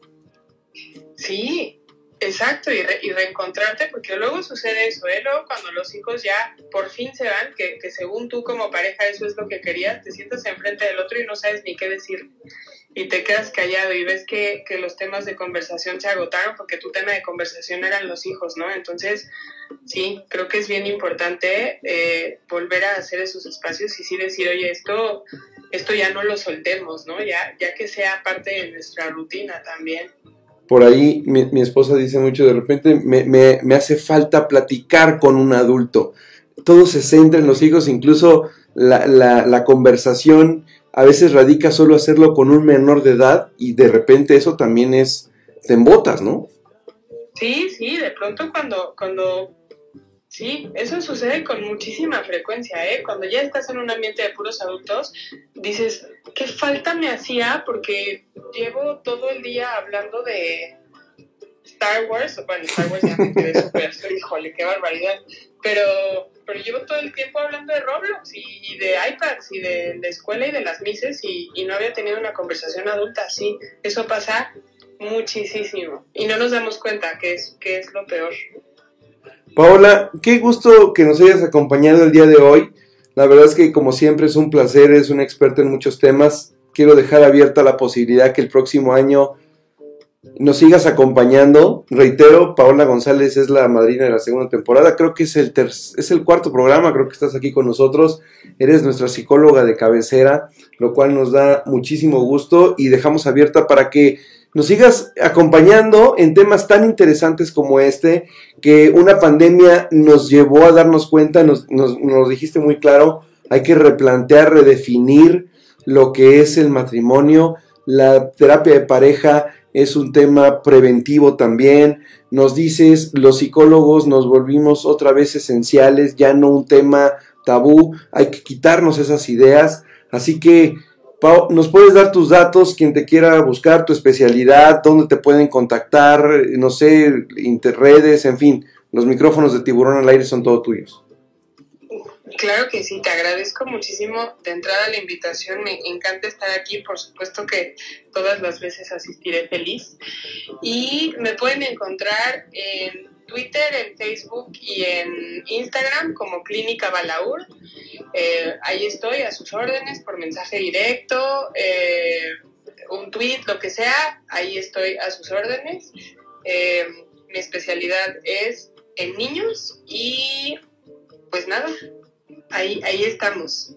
Sí, exacto, y, re, y reencontrarte, porque luego sucede eso, ¿eh? Luego cuando los hijos ya por fin se van, que, que según tú como pareja eso es lo que querías, te sientas enfrente del otro y no sabes ni qué decir. Y te quedas callado y ves que, que los temas de conversación se agotaron porque tu tema de conversación eran los hijos, ¿no? Entonces, sí, creo que es bien importante eh, volver a hacer esos espacios y sí decir, oye, esto, esto ya no lo soltemos, ¿no? Ya, ya que sea parte de nuestra rutina también. Por ahí mi, mi esposa dice mucho, de repente me, me, me hace falta platicar con un adulto. Todo se centra en los hijos, incluso la, la, la conversación a veces radica solo hacerlo con un menor de edad y de repente eso también es, te embotas, ¿no? Sí, sí, de pronto cuando, cuando Sí, eso sucede con muchísima frecuencia, ¿eh? Cuando ya estás en un ambiente de puros adultos, dices, ¿qué falta me hacía? Porque llevo todo el día hablando de Star Wars, bueno, Star Wars ya me quedé súper, híjole, qué barbaridad, pero, pero llevo todo el tiempo hablando de Roblox y, y de iPads y de la escuela y de las mises y, y no había tenido una conversación adulta así. Eso pasa muchísimo y no nos damos cuenta que es, que es lo peor. Paola, qué gusto que nos hayas acompañado el día de hoy. La verdad es que como siempre es un placer, eres una experta en muchos temas. Quiero dejar abierta la posibilidad que el próximo año nos sigas acompañando. Reitero, Paola González es la madrina de la segunda temporada. Creo que es el, ter- es el cuarto programa, creo que estás aquí con nosotros. Eres nuestra psicóloga de cabecera, lo cual nos da muchísimo gusto y dejamos abierta para que nos sigas acompañando en temas tan interesantes como este, que una pandemia nos llevó a darnos cuenta, nos, nos, nos dijiste muy claro, hay que replantear, redefinir lo que es el matrimonio. La terapia de pareja es un tema preventivo también. Nos dices, los psicólogos nos volvimos otra vez esenciales, ya no un tema tabú, hay que quitarnos esas ideas. Así que, Pau, ¿nos puedes dar tus datos, quien te quiera buscar, tu especialidad, dónde te pueden contactar, no sé, interredes, en fin, los micrófonos de Tiburón al Aire son todo tuyos? Claro que sí, te agradezco muchísimo de entrada la invitación, me encanta estar aquí, por supuesto que todas las veces asistiré feliz y me pueden encontrar en Twitter, en Facebook y en Instagram como Clínica Balaur. Eh, ahí estoy a sus órdenes por mensaje directo, eh, un tweet, lo que sea, ahí estoy a sus órdenes. Eh, mi especialidad es en niños y pues nada, ahí, ahí estamos.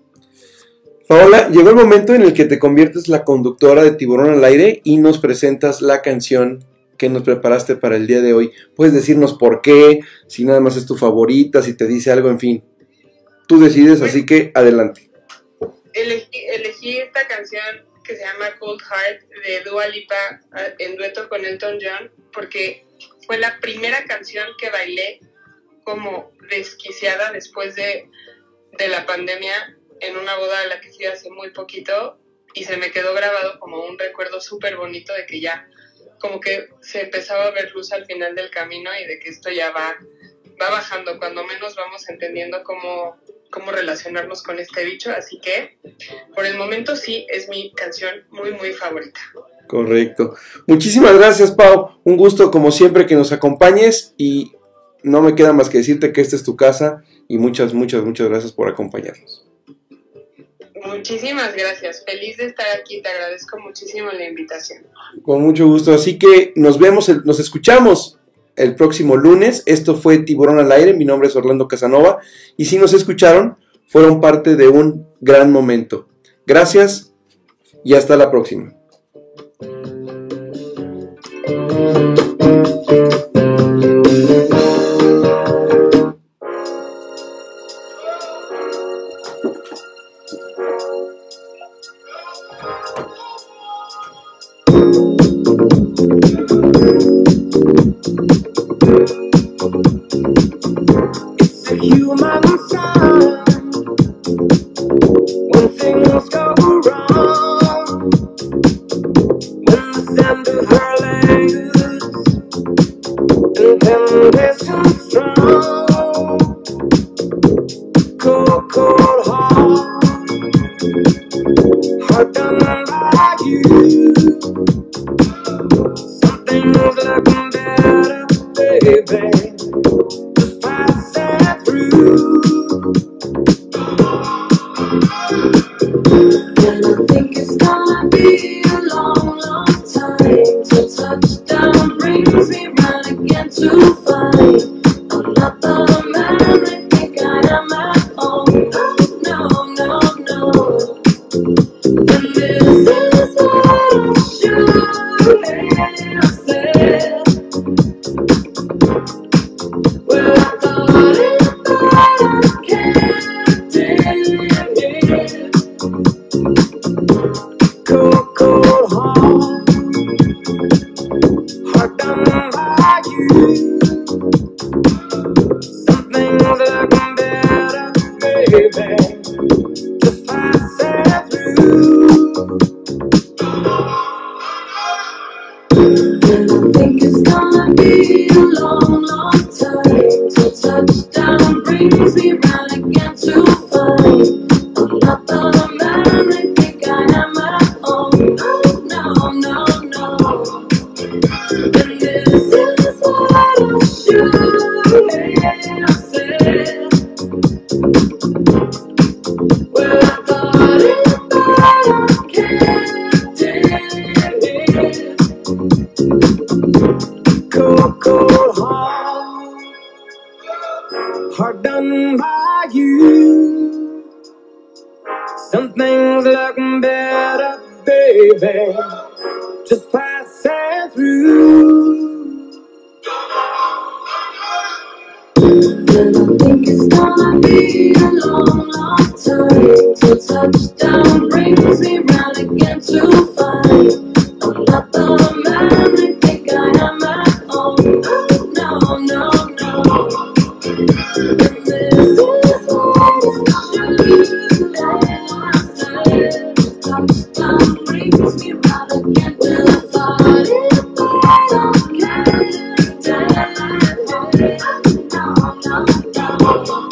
Paola, llegó el momento en el que te conviertes la conductora de Tiburón al Aire y nos presentas la canción que nos preparaste para el día de hoy. Puedes decirnos por qué, si nada más es tu favorita, si te dice algo, en fin. Tú decides, así que adelante. Elegí, elegí esta canción que se llama Cold Heart de Dua Lipa en dueto con Elton John porque fue la primera canción que bailé como desquiciada después de, de la pandemia en una boda a la que fui hace muy poquito y se me quedó grabado como un recuerdo súper bonito de que ya como que se empezaba a ver luz al final del camino y de que esto ya va, va bajando, cuando menos vamos entendiendo cómo, cómo relacionarnos con este bicho, así que por el momento sí es mi canción muy muy favorita. Correcto. Muchísimas gracias, Pau, un gusto como siempre que nos acompañes y no me queda más que decirte que esta es tu casa y muchas, muchas, muchas gracias por acompañarnos. Muchísimas gracias, feliz de estar aquí, te agradezco muchísimo la invitación. Con mucho gusto, así que nos vemos, nos escuchamos el próximo lunes. Esto fue Tiburón al Aire, mi nombre es Orlando Casanova y si nos escucharon, fueron parte de un gran momento. Gracias y hasta la próxima. It's a human sign when things go wrong, when the sand of her legs and temptation strong, cold, cold heart, heart done by you. Something's looking better, baby. Just pass it through. And I think it's gonna be a long, long time till touchdown brings me round again to find I'm not the man I think I am at home. Oh, no, no, no. And this is what I should have said. Well, I thought it, but I can't deny it. getting better, baby. Just passing through. And I think it's gonna be a long, long time till touchdown brings me round again to find I'm not the man they think I am at home. Oh, no, no, no. And this is what it's true. I said, touchdown brings me round again till I find it. I don't care. No, no, no.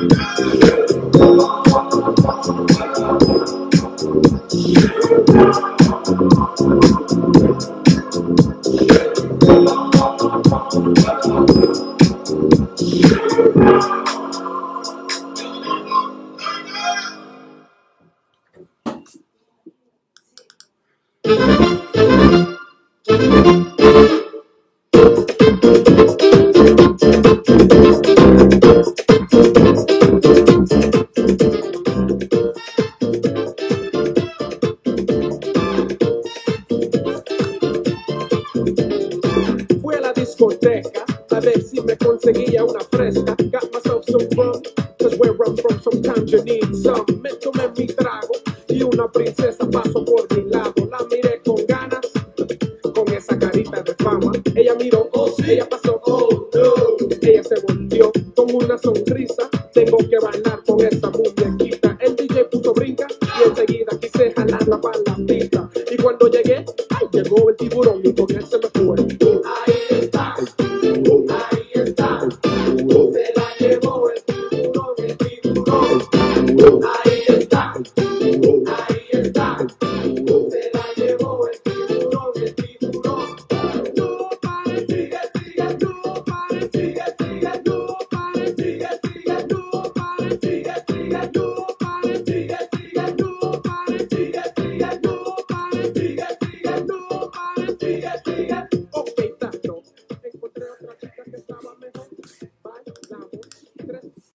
Fui a la discoteca a ver si me conseguía una fresca. Got myself some rum, cause where I'm from sometimes you need some. Me tomé mi trago y una princesa pasó por mi lado. La miré con ganas, con esa carita de fama. Ella miró, oh sí, ella pasó, oh no. Ella se volvió con una sonrisa. Tengo que bailar con esa muñequita. El D J puso brinca y enseguida quise jalarla para la pista. Y cuando llegué, ay, llegó el tiburón y con él se me fue. Ahí está, ahí está, se la llevó el tiburón, el tiburón. Ahí está, ahí está, se la llevó el tiburón, el tiburón. No pares, sigue, sigue, no pares, sigue, sigue, no pares, sigue, sigue, no pares, sigue, sigue, no pares, sigue, sigue, no pares, sigue, sigue, no pares, sigue, sigue, no pares, sigue, sigue.